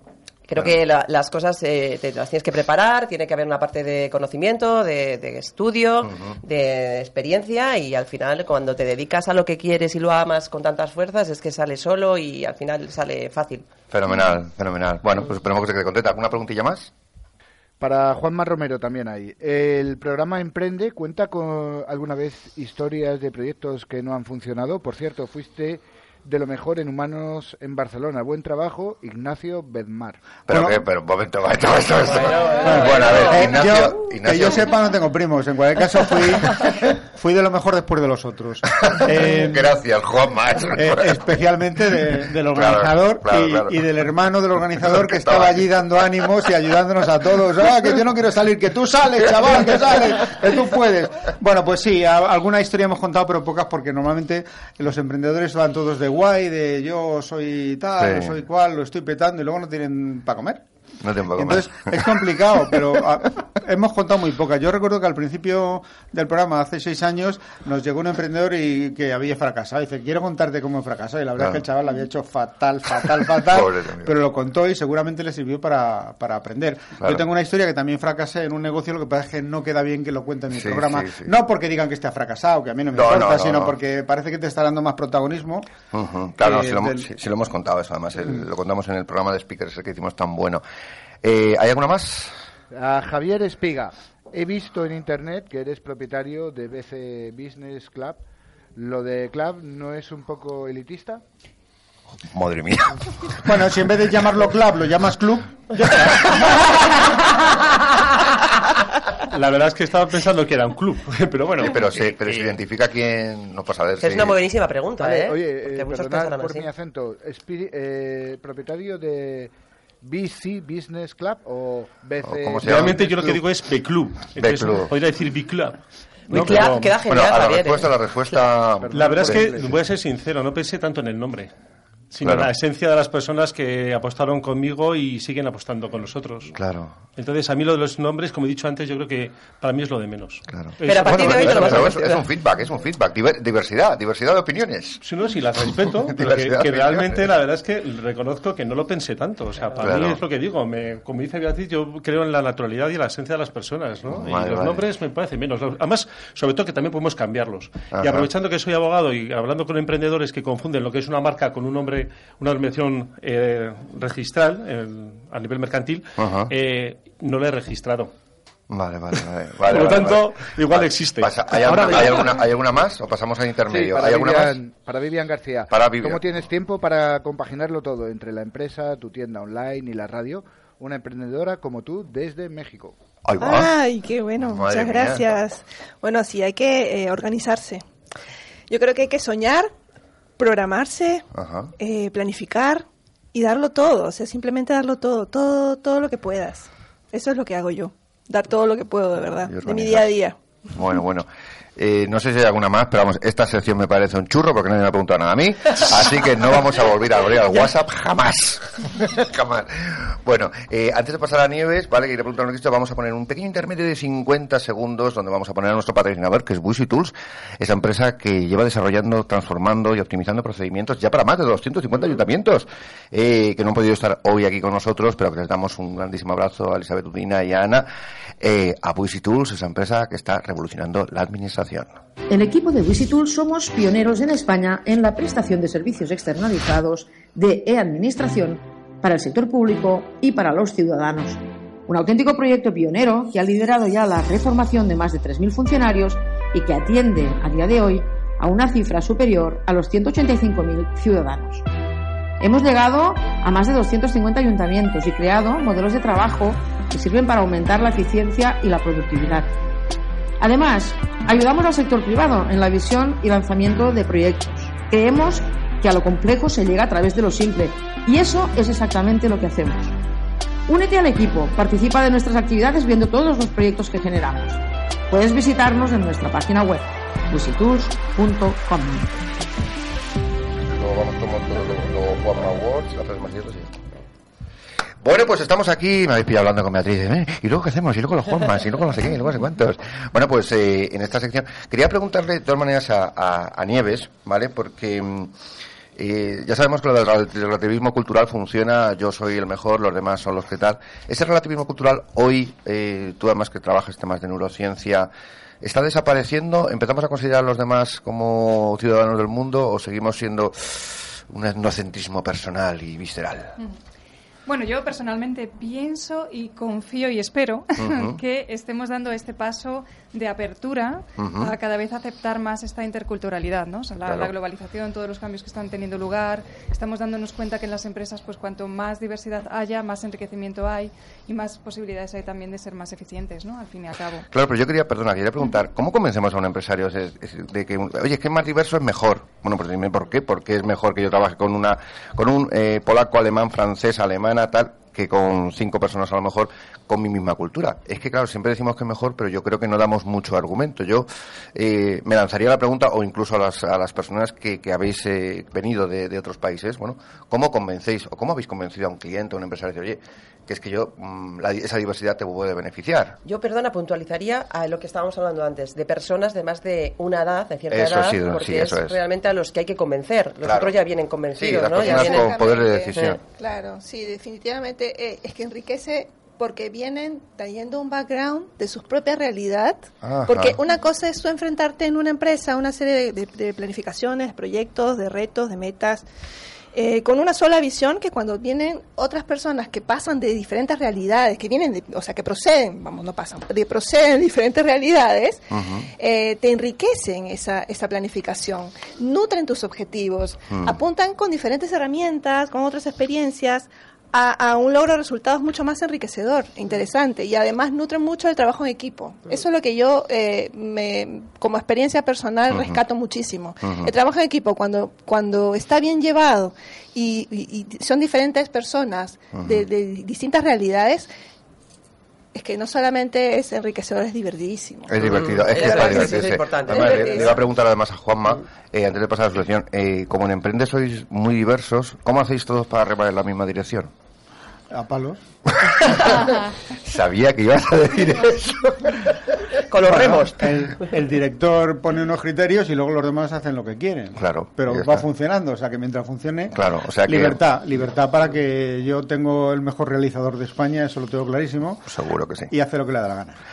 S2: Creo que las cosas te las tienes que preparar, tiene que haber una parte de conocimiento, de estudio, de experiencia, y al final cuando te dedicas a lo que quieres y lo amas con tantas fuerzas es que sale solo y al final sale fácil.
S1: Fenomenal. Bueno, pues esperemos que se quede contenta. ¿Alguna preguntilla más?
S8: Para Juanma Romero también hay. ¿El programa Emprende cuenta con alguna vez historias de proyectos que no han funcionado? Por cierto, fuiste de lo mejor en Humanos en Barcelona. Buen trabajo, Ignacio Bedmar.
S1: Pero un momento. Bueno, a ver, Ignacio.
S4: Que yo sepa, no tengo primos. En cualquier caso, fui de lo mejor después de los otros.
S1: Gracias, Juanma.
S4: Especialmente del organizador y del hermano del organizador que estaba allí dando ánimos y ayudándonos a todos. Que yo no quiero salir, que tú sales, chaval, que sales, que tú puedes. Bueno, pues sí, alguna historia hemos contado, pero pocas, porque normalmente los emprendedores van todos de guay, de yo soy tal, soy cual, lo estoy petando, y luego no tienen para comer.
S1: No tienen para comer.
S4: Entonces es complicado, pero hemos contado muy pocas. Yo recuerdo que al principio del programa, hace 6 años, nos llegó un emprendedor y que había fracasado. Dice, quiero contarte cómo he fracasado. Y la verdad es que el chaval lo había hecho fatal, pero lo contó y seguramente le sirvió para aprender. Claro. Yo tengo una historia que también fracasé en un negocio, lo que pasa es que no queda bien que lo cuente en mi programa. Sí. No porque digan que esté fracasado, que a mí no me importa, sino porque parece que te está dando más protagonismo.
S1: Claro, si lo hemos contado eso, además lo contamos en el programa de Speakers, el que hicimos tan bueno. ¿Hay alguna más?
S8: A Javier Espiga. He visto en internet que eres propietario de BC Business Club. ¿Lo de club no es un poco elitista?
S1: Madre mía.
S4: Bueno, si en vez de llamarlo club lo llamas club.
S3: La verdad es que estaba pensando que era un club, pero bueno.
S1: Pero se identifica quién, no pasa a ver.
S2: Es una muy buenísima pregunta,
S8: vale, Oye, perdonad por mi acento. Propietario de BC Business Club o BC...
S3: Realmente yo lo que digo es B-Club. Podría decir B-Club.
S2: No, queda genial,
S1: bueno, la respuesta...
S3: La verdad es que, voy a ser sincero, no pensé tanto en el nombre, sino en la esencia de las personas que apostaron conmigo y siguen apostando con nosotros.
S1: Claro.
S3: Entonces, a mí lo de los nombres, como he dicho antes, yo creo que para mí es lo de menos.
S1: Claro.
S2: Pero a partir de hoy
S1: es un feedback. Diversidad de opiniones.
S3: Sí, las respeto, pero que realmente la verdad es que reconozco que no lo pensé tanto. O sea, para mí es lo que digo. Como dice Beatriz, yo creo en la naturalidad y en la esencia de las personas, ¿no? Y los nombres me parecen menos. Además, sobre todo que también podemos cambiarlos. Ajá. Y aprovechando que soy abogado y hablando con emprendedores que confunden lo que es una marca con un nombre, una denominación registral a nivel mercantil, no lo he registrado.
S1: Vale.
S3: Por lo tanto, igual existe.
S1: ¿Hay alguna más o pasamos al intermedio?
S8: Sí,
S1: ¿Hay alguna más?
S8: Para Vivian García. ¿Cómo tienes tiempo para compaginarlo todo entre la empresa, tu tienda online y la radio? Una emprendedora como tú desde México.
S7: Ay, qué bueno. Muchas gracias. Bueno, sí, hay que organizarse. Yo creo que hay que soñar, programarse, planificar y darlo todo. O sea, simplemente darlo todo lo que puedas. Eso es lo que hago yo. Dar todo lo que puedo, de verdad, de mi día a día.
S1: Bueno. No sé si hay alguna más, pero vamos, esta sección me parece un churro porque nadie me ha preguntado nada a mí, así que no vamos a volver a abrir al WhatsApp jamás. Bueno, antes de pasar a Nieves, vale, que iré preguntando esto, vamos a poner un pequeño intermedio de 50 segundos donde vamos a poner a nuestro patrocinador, que es Busi Tools, esa empresa que lleva desarrollando, transformando y optimizando procedimientos ya para más de 250 ayuntamientos, que no han podido estar hoy aquí con nosotros, pero que les damos un grandísimo abrazo a Elizabeth Udina y a Ana, a Busi Tools, esa empresa que está revolucionando la administración.
S10: El equipo de Busi Tools somos pioneros en España en la prestación de servicios externalizados de e-administración para el sector público y para los ciudadanos. Un auténtico proyecto pionero que ha liderado ya la reformación de más de 3.000 funcionarios y que atiende a día de hoy a una cifra superior a los 185.000 ciudadanos. Hemos llegado a más de 250 ayuntamientos y creado modelos de trabajo que sirven para aumentar la eficiencia y la productividad. Además, ayudamos al sector privado en la visión y lanzamiento de proyectos. Creemos que a lo complejo se llega a través de lo simple, y eso es exactamente lo que hacemos. Únete al equipo, participa de nuestras actividades viendo todos los proyectos que generamos. Puedes visitarnos en nuestra página web, busitools.com.
S1: Luego vamos con los Juanma Awards, las tres más ciertas y ya está. Bueno, pues estamos aquí, me habéis pillado hablando con Beatriz, ¿y luego qué hacemos? Y luego los Juanmas, y luego no sé qué, y luego no sé cuántos. Bueno, pues en esta sección quería preguntarle de todas maneras a Nieves, ¿vale? Porque Ya sabemos que lo del relativismo cultural funciona, yo soy el mejor, los demás son los que tal. Ese relativismo cultural hoy, tú además que trabajas temas de neurociencia, ¿está desapareciendo? ¿Empezamos a considerar a los demás como ciudadanos del mundo o seguimos siendo un etnocentrismo personal y visceral?
S5: Bueno, yo personalmente pienso y confío y espero que estemos dando este paso de apertura a cada vez aceptar más esta interculturalidad, ¿no? O sea, la globalización, todos los cambios que están teniendo lugar, estamos dándonos cuenta que en las empresas, pues cuanto más diversidad haya, más enriquecimiento hay y más posibilidades hay también de ser más eficientes, ¿no? Al fin y al cabo.
S1: Claro, pero yo quería preguntar, ¿cómo convencemos a un empresario de que, oye, es que más diverso es mejor? Bueno, pues dime por qué. ¿Por qué es mejor que yo trabaje con un polaco, alemán, francés, alemana, tal, que con 5 personas a lo mejor con mi misma cultura? Es que claro, siempre decimos que es mejor, pero yo creo que no damos mucho argumento. Yo me lanzaría la pregunta, o incluso a las personas que habéis venido de otros países, bueno, ¿cómo convencéis o cómo habéis convencido a un cliente, a un empresario de, oye, que es que esa diversidad te puede beneficiar?
S2: Yo, perdona, puntualizaría a lo que estábamos hablando antes, de personas de más de una edad, de cierta edad, porque es realmente a los que hay que convencer. Los otros ya vienen convencidos,
S1: las
S2: ¿no?
S1: Personas
S2: ya vienen
S1: con poder de decisión.
S7: Claro, sí, definitivamente es que enriquece porque vienen trayendo un background de su propia realidad. Ajá. Porque una cosa es tú enfrentarte en una empresa, una serie de planificaciones, proyectos, de retos, de metas, con una sola visión, que cuando vienen otras personas que pasan de diferentes realidades, que vienen, que proceden, proceden de diferentes realidades, te enriquecen esa planificación, nutren tus objetivos, apuntan con diferentes herramientas, con otras experiencias, a un logro de resultados mucho más enriquecedor, interesante, y además nutren mucho el trabajo en equipo. Eso es lo que yo, como experiencia personal, rescato muchísimo. El trabajo en equipo, cuando está bien llevado y son diferentes personas de distintas realidades, es que no solamente es enriquecedor, es divertidísimo.
S1: Es divertido, es que está divertido. Es importante. Además, le iba a preguntar además a Juanma, antes de pasar a la solución, como en Emprende sois muy diversos, ¿cómo hacéis todos para remar en la misma dirección?
S4: A palos.
S1: Sabía que ibas a decir eso.
S2: Con los remos.
S4: El director pone unos criterios y luego los demás hacen lo que quieren.
S1: Claro.
S4: Pero va funcionando, o sea que mientras funcione.
S1: Claro, o sea que.
S4: Libertad para que yo tengo el mejor realizador de España, eso lo tengo clarísimo.
S1: Seguro que sí.
S4: Y hace lo que le da la gana.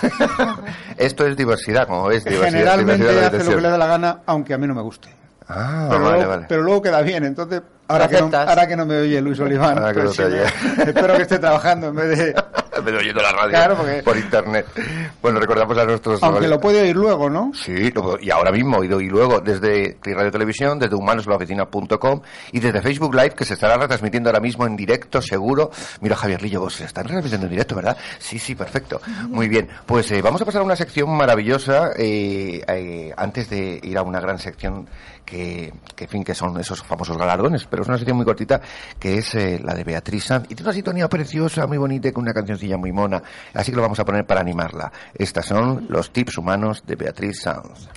S1: Esto es diversidad, como ves.
S4: Generalmente hace lo que le da la gana, aunque a mí no me guste.
S1: Vale.
S4: Pero luego queda bien, entonces ahora que no me oye Luis Oliván, pues espero que esté trabajando en vez de
S1: oyendo la radio por internet. Bueno, recordamos a nuestros...
S4: Aunque lo puede oír luego, ¿no?
S1: Sí, y ahora mismo, y luego desde Radio Televisión, desde humanoslaoficina.com y desde Facebook Live, que se estará retransmitiendo ahora mismo en directo, seguro. Mira, Javier Lillo, se están retransmitiendo en directo, ¿verdad? Sí, perfecto. Muy bien, pues vamos a pasar a una sección maravillosa antes de ir a una gran sección que son esos famosos galardones, pero es una sección muy cortita, que es la de Beatriz Sanz, y tiene una sintonía preciosa, muy bonita, con una cancioncilla muy mona, así que lo vamos a poner para animarla. Estas son los tips humanos de Beatriz Sanz.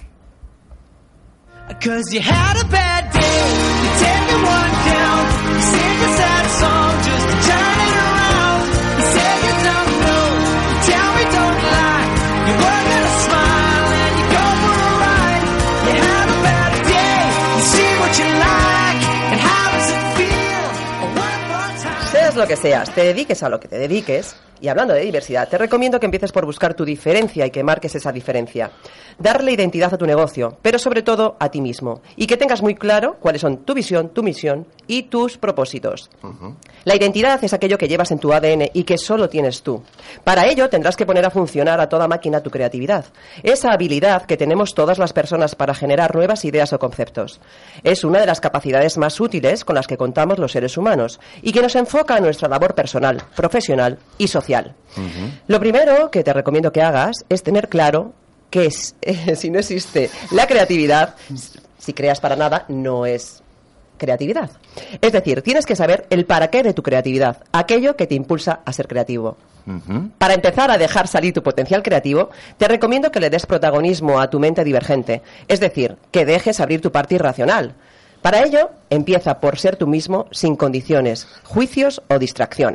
S2: Seas lo que seas, te dediques a lo que te dediques, y hablando de diversidad, te recomiendo que empieces por buscar tu diferencia y que marques esa diferencia. Darle identidad a tu negocio, pero sobre todo a ti mismo, y que tengas muy claro cuáles son tu visión, tu misión y tus propósitos. La identidad es aquello que llevas en tu ADN y que solo tienes tú. Para ello tendrás que poner a funcionar a toda máquina tu creatividad, esa habilidad que tenemos todas las personas para generar nuevas ideas o conceptos. Es una de las capacidades más útiles con las que contamos los seres humanos y que nos enfoca a nuestra labor personal, profesional y social. Lo primero que te recomiendo que hagas es tener claro que si no existe la creatividad, si creas para nada, no es creatividad. Es decir, tienes que saber el para qué de tu creatividad, aquello que te impulsa a ser creativo. Para empezar a dejar salir tu potencial creativo, te recomiendo que le des protagonismo a tu mente divergente, es decir, que dejes abrir tu parte irracional. Para ello, empieza por ser tú mismo sin condiciones, juicios o distracciones.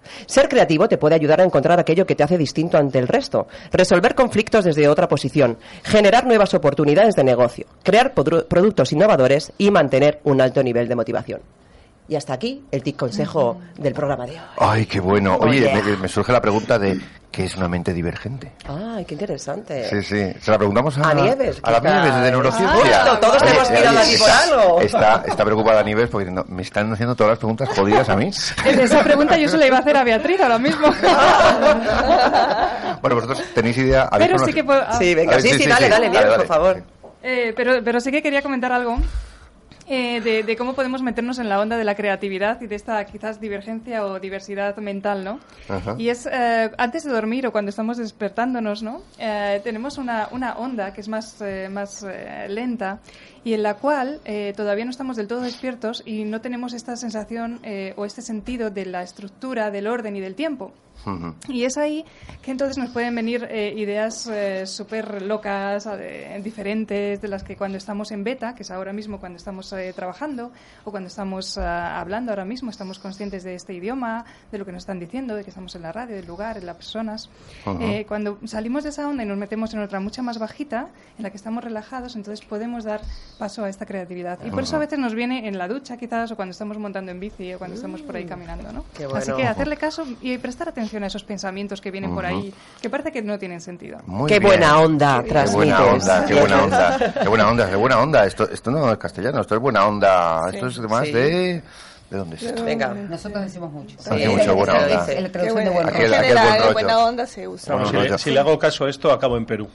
S2: Ser creativo te puede ayudar a encontrar aquello que te hace distinto ante el resto, resolver conflictos desde otra posición, generar nuevas oportunidades de negocio, crear productos innovadores y mantener un alto nivel de motivación. Y hasta aquí el tip consejo del programa de hoy.
S1: Ay, qué bueno. Oye, me surge la pregunta de ¿qué es una mente divergente?
S2: Ay, qué interesante.
S1: Sí, sí. Se la preguntamos a
S2: Nieves.
S1: A la Nieves de neurociencia.
S2: Todos tenemos mirado aquí por algo.
S1: Está preocupada Nieves porque me están haciendo todas las preguntas jodidas a mí.
S5: Esa pregunta yo se la iba a hacer a Beatriz ahora mismo.
S1: Bueno, vosotros tenéis idea.
S5: Pero sí que puedo...
S2: Sí, venga, sí, dale, bien, por favor.
S5: Pero sí que quería comentar algo. De cómo podemos meternos en la onda de la creatividad y de esta quizás divergencia o diversidad mental, ¿no? Ajá. Y es antes de dormir o cuando estamos despertándonos, ¿no? Tenemos una onda que es más lenta y en la cual todavía no estamos del todo despiertos y no tenemos esta sensación o este sentido de la estructura, del orden y del tiempo. Uh-huh. Y es ahí que entonces nos pueden venir ideas súper locas, diferentes de las que cuando estamos en beta, que es ahora mismo cuando estamos trabajando o cuando estamos hablando ahora mismo, estamos conscientes de este idioma, de lo que nos están diciendo, de que estamos en la radio, del lugar, en las personas. Uh-huh. Cuando salimos de esa onda y nos metemos en otra mucha más bajita, en la que estamos relajados, entonces podemos dar paso a esta creatividad. Y por eso a veces nos viene en la ducha quizás o cuando estamos montando en bici o cuando estamos por ahí caminando, ¿no?
S2: Qué bueno.
S5: Así que hacerle caso y prestar atención a esos pensamientos que vienen por ahí, que parece que no tienen sentido.
S2: Qué buena onda transmites.
S1: Qué buena onda. Esto no es castellano, esto es buena onda. Esto es más de... ¿De dónde es esto?
S2: Venga.
S6: Nosotros decimos mucho.
S1: Hace mucho buena onda.
S6: Es la traducción de buen
S7: rollo. En general, buena onda se usa.
S3: Bueno, si le hago caso a esto, acabo en Perú.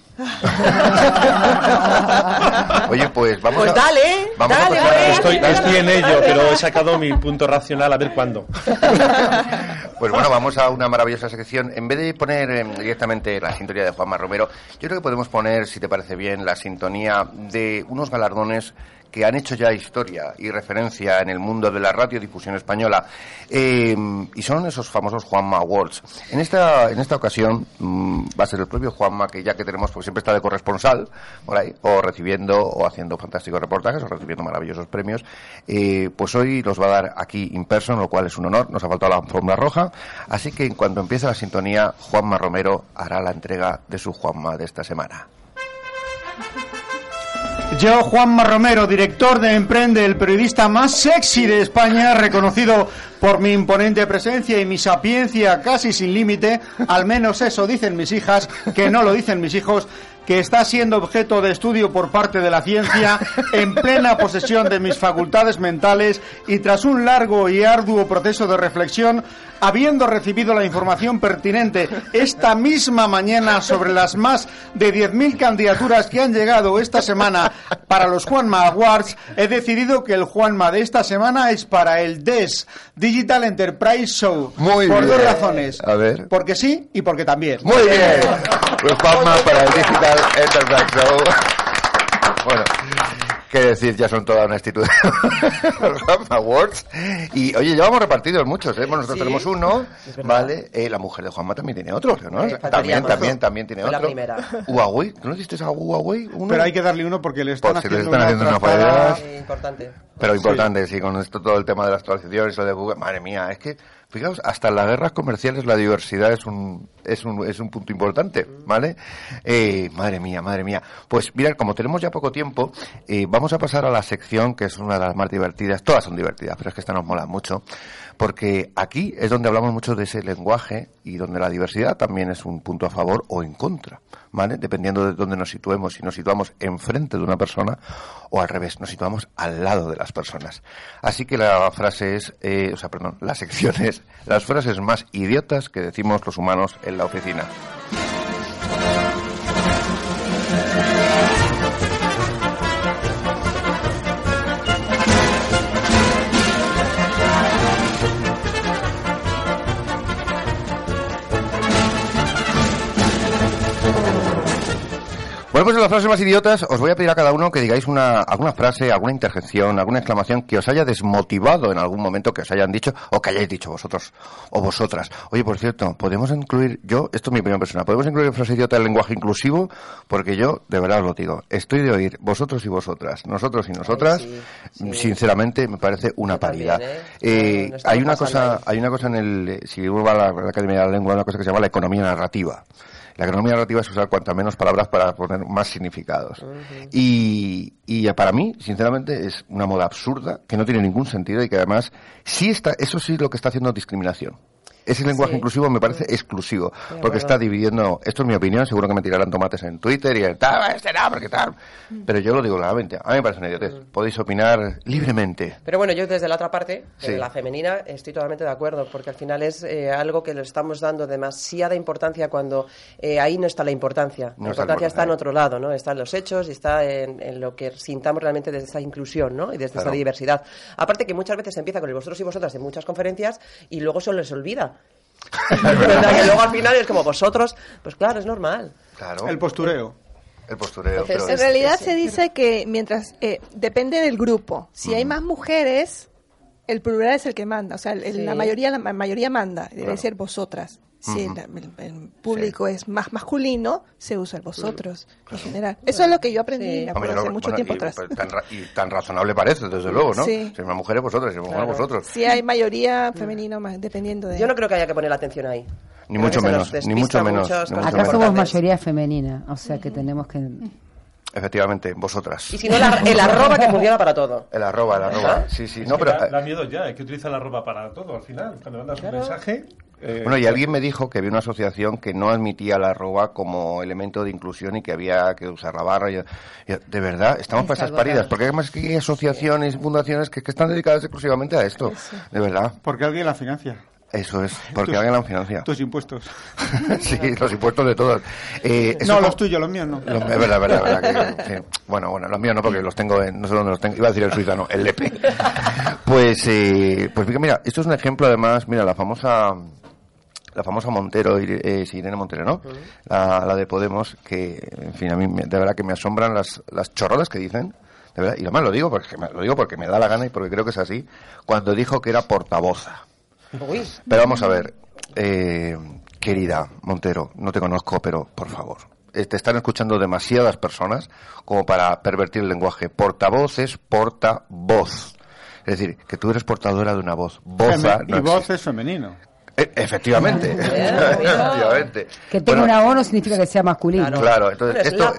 S1: Oye, pues vamos
S2: pues
S1: a...
S2: dale.
S3: Estoy en ello, pero he sacado mi punto racional a ver cuándo.
S1: Pues bueno, vamos a una maravillosa sección. En vez de poner directamente la sintonía de Juanma Romero, yo creo que podemos poner, si te parece bien, la sintonía de unos galardones que han hecho ya historia y referencia en el mundo de la radiodifusión española, y son esos famosos Juanma Awards. En esta ocasión va a ser el propio Juanma, que ya que tenemos, porque siempre está de corresponsal por ahí, o recibiendo o haciendo fantásticos reportajes o recibiendo maravillosos premios, pues hoy los va a dar aquí in person, lo cual es un honor. Nos ha faltado la alfombra roja, así que en cuanto empiece la sintonía, Juanma Romero hará la entrega de su Juanma de esta semana.
S4: Yo, Juanma Romero, director de Emprende, el periodista más sexy de España, reconocido por mi imponente presencia y mi sapiencia casi sin límite, al menos eso dicen mis hijas, que no lo dicen mis hijos, que está siendo objeto de estudio por parte de la ciencia, en plena posesión de mis facultades mentales y tras un largo y arduo proceso de reflexión, habiendo recibido la información pertinente esta misma mañana sobre las más de 10.000 candidaturas que han llegado esta semana para los Juanma Awards, he decidido que el Juanma de esta semana es para el DES, Digital Enterprise Show.
S1: Muy
S4: por
S1: bien.
S4: Dos razones.
S1: A ver.
S4: Porque sí y porque también.
S1: Muy bien. Pues Juanma para el Digital Enterprise Show. Bueno, qué decir, ya son toda una institución. Los Juanma Awards. Y oye, llevamos repartidos muchos, ¿eh? Bueno, nosotros tenemos uno, ¿vale? La mujer de Juanma también tiene otro, ¿no? También tiene otro.
S2: La primera.
S1: Huawei, ¿tú no diste a Huawei uno?
S4: Pero hay que darle uno porque le están haciendo
S1: una
S4: para...
S2: Importante.
S1: Pero importante, sí, con esto todo el tema de las actualizaciones, lo de Google, madre mía, es que fijaos, hasta en las guerras comerciales la diversidad es un punto importante, ¿vale? Madre mía. Pues mirad, como tenemos ya poco tiempo, vamos a pasar a la sección que es una de las más divertidas. Todas son divertidas, pero es que esta nos mola mucho, porque aquí es donde hablamos mucho de ese lenguaje y donde la diversidad también es un punto a favor o en contra, ¿vale? Dependiendo de dónde nos situemos, si nos situamos enfrente de una persona o al revés, nos situamos al lado de las personas. Así que la frase es, la sección es las frases más idiotas que decimos los humanos en la oficina. Bueno, pues en las frases más idiotas, os voy a pedir a cada uno que digáis alguna frase, alguna interjección, alguna exclamación que os haya desmotivado en algún momento, que os hayan dicho o que hayáis dicho vosotros o vosotras. Oye, por cierto, podemos incluir, esto es mi opinión personal, podemos incluir frase idiota del lenguaje inclusivo, porque yo, de verdad os lo digo, estoy de oír vosotros y vosotras, nosotros y nosotras, sinceramente me parece una paridad. Hay una cosa si uno va a la Academia de la Lengua, una cosa que se llama la economía narrativa. La economía narrativa es usar cuantas menos palabras para poner más significados. Uh-huh. Y para mí, sinceramente, es una moda absurda, que no tiene ningún sentido y que además eso sí lo que está haciendo discriminación. Ese lenguaje inclusivo me parece exclusivo, porque está dividiendo, esto es mi opinión, seguro que me tirarán tomates en Twitter y porque tal, pero yo lo digo claramente, a mí me parece una idiotez, podéis opinar libremente.
S2: Pero bueno, yo desde la otra parte, de la femenina, estoy totalmente de acuerdo, porque al final es algo que le estamos dando demasiada importancia cuando ahí no está la importancia. La importancia está en otro lado, ¿no? Está en los hechos y está en lo que sintamos realmente desde esa inclusión, ¿no? Y desde esa diversidad. Aparte que muchas veces se empieza con el vosotros y vosotras en muchas conferencias y luego se les olvida. Que luego al final es como vosotros, pues claro, es normal.
S4: Claro. El postureo.
S7: Entonces, en realidad se dice que mientras depende del grupo. Si hay más mujeres, el plural es el que manda. O sea, la mayoría manda. Debe ser vosotras. Si el público es más masculino, se usa el vosotros en general. Eso es lo que yo aprendí hace mucho tiempo atrás.
S1: Y tan razonable parece, desde luego, ¿no? Si hay más mujeres, vosotros, si hay más vosotros.
S7: Si hay mayoría femenino, dependiendo de...
S2: Yo no creo que haya que poner la atención ahí.
S1: Ni mucho menos.
S6: Acá somos mayoría femenina, o sea que tenemos que...
S1: Efectivamente, vosotras.
S2: Y si no, el arroba que funciona para todo.
S1: El arroba. Sí. No, pero
S3: da miedo ya, hay que utilizar el arroba para todo al final. Cuando mandas un mensaje...
S1: Bueno, y alguien me dijo que había una asociación que no admitía la arroba como elemento de inclusión y que había que usar la barra. De verdad, estamos para esas paridas. Porque además que hay asociaciones y fundaciones que están dedicadas exclusivamente a esto. De verdad.
S4: Porque alguien la financia.
S1: Eso es, porque alguien la financia.
S4: Tus impuestos.
S1: Sí, los impuestos de todos.
S4: No, los tuyos, los míos no.
S1: Es verdad. Sí. Bueno, los míos no, porque los tengo no sé dónde los tengo. Iba a decir en Suiza, no, en Lepe. Pues mira, esto es un ejemplo además, mira, la famosa Montero, Irene Montero, ¿no? La de Podemos, que, en fin, a mí de verdad que me asombran las chorradas que dicen, de verdad, y además lo digo porque me da la gana y porque creo que es así, cuando dijo que era portavoza. Pero vamos a ver, querida Montero, no te conozco, pero por favor, te están escuchando demasiadas personas como para pervertir el lenguaje. Portavoz es portavoz, es decir, que tú eres portadora de una voz. Voza
S4: y voz es femenino.
S1: Efectivamente.
S6: Que tenga una O no significa que sea masculino.
S1: Claro, entonces esto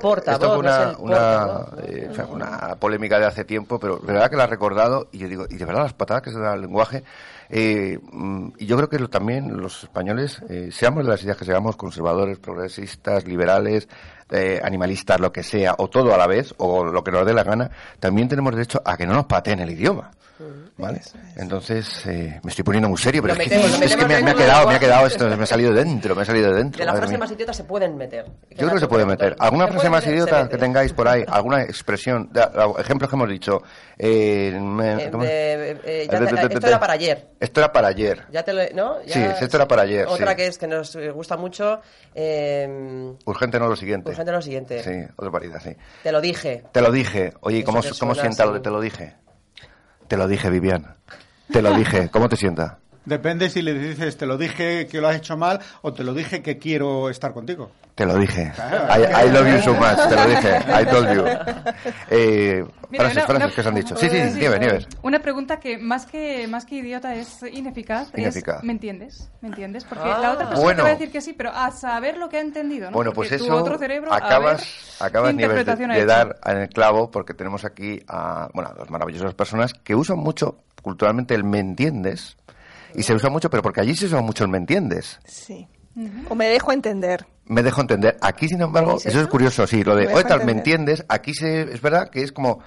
S1: fue una polémica de hace tiempo, pero de verdad que la he recordado y yo digo, y de verdad las patadas que se dan al lenguaje, y yo creo que también los españoles, seamos de las ideas que seamos, conservadores, progresistas, liberales, animalistas, lo que sea, o todo a la vez, o lo que nos dé la gana, también tenemos derecho a que no nos pateen el idioma. ¿Vale? Entonces, me estoy poniendo muy serio, pero es que me ha quedado esto, me ha salido de dentro.
S2: De la frase más idiota se pueden meter.
S1: Yo creo que se puede meter. ¿Alguna frase más idiota que tengáis por ahí? ¿Alguna expresión? Ejemplos que hemos dicho.
S2: Esto era para ayer.
S1: Esto era para ayer.
S2: ¿No?
S1: Sí, esto era para ayer.
S2: Otra que es que nos gusta mucho.
S1: Urgente no lo siguiente.
S2: Sí,
S1: otra paridad, sí.
S2: Te lo dije.
S1: Oye, ¿cómo sienta lo de te lo dije? Te lo dije, Vivian. Te lo dije. ¿Cómo te sienta?
S4: Depende si le dices te lo dije que lo has hecho mal o te lo dije que quiero estar contigo.
S1: Te lo dije. I love you so much. Te lo dije. I told you. Frases que se han dicho. Sí, Nieves.
S5: Una pregunta que más que idiota es ineficaz. ¿Me entiendes? Porque la otra persona te va a decir que sí, pero a saber lo que ha entendido, ¿no?
S1: Bueno, pues
S5: porque
S1: eso
S5: tu otro cerebro,
S1: acabas Nieves de dar en el clavo, porque tenemos aquí a dos maravillosas personas que usan mucho culturalmente el me entiendes, y se usa mucho, pero porque allí se usa mucho el me entiendes.
S7: Sí. O me dejo entender.
S1: Me dejo entender. Aquí, sin embargo, eso es curioso, sí, lo de, oye, tal, ¿me entiendes? Aquí es verdad que es como,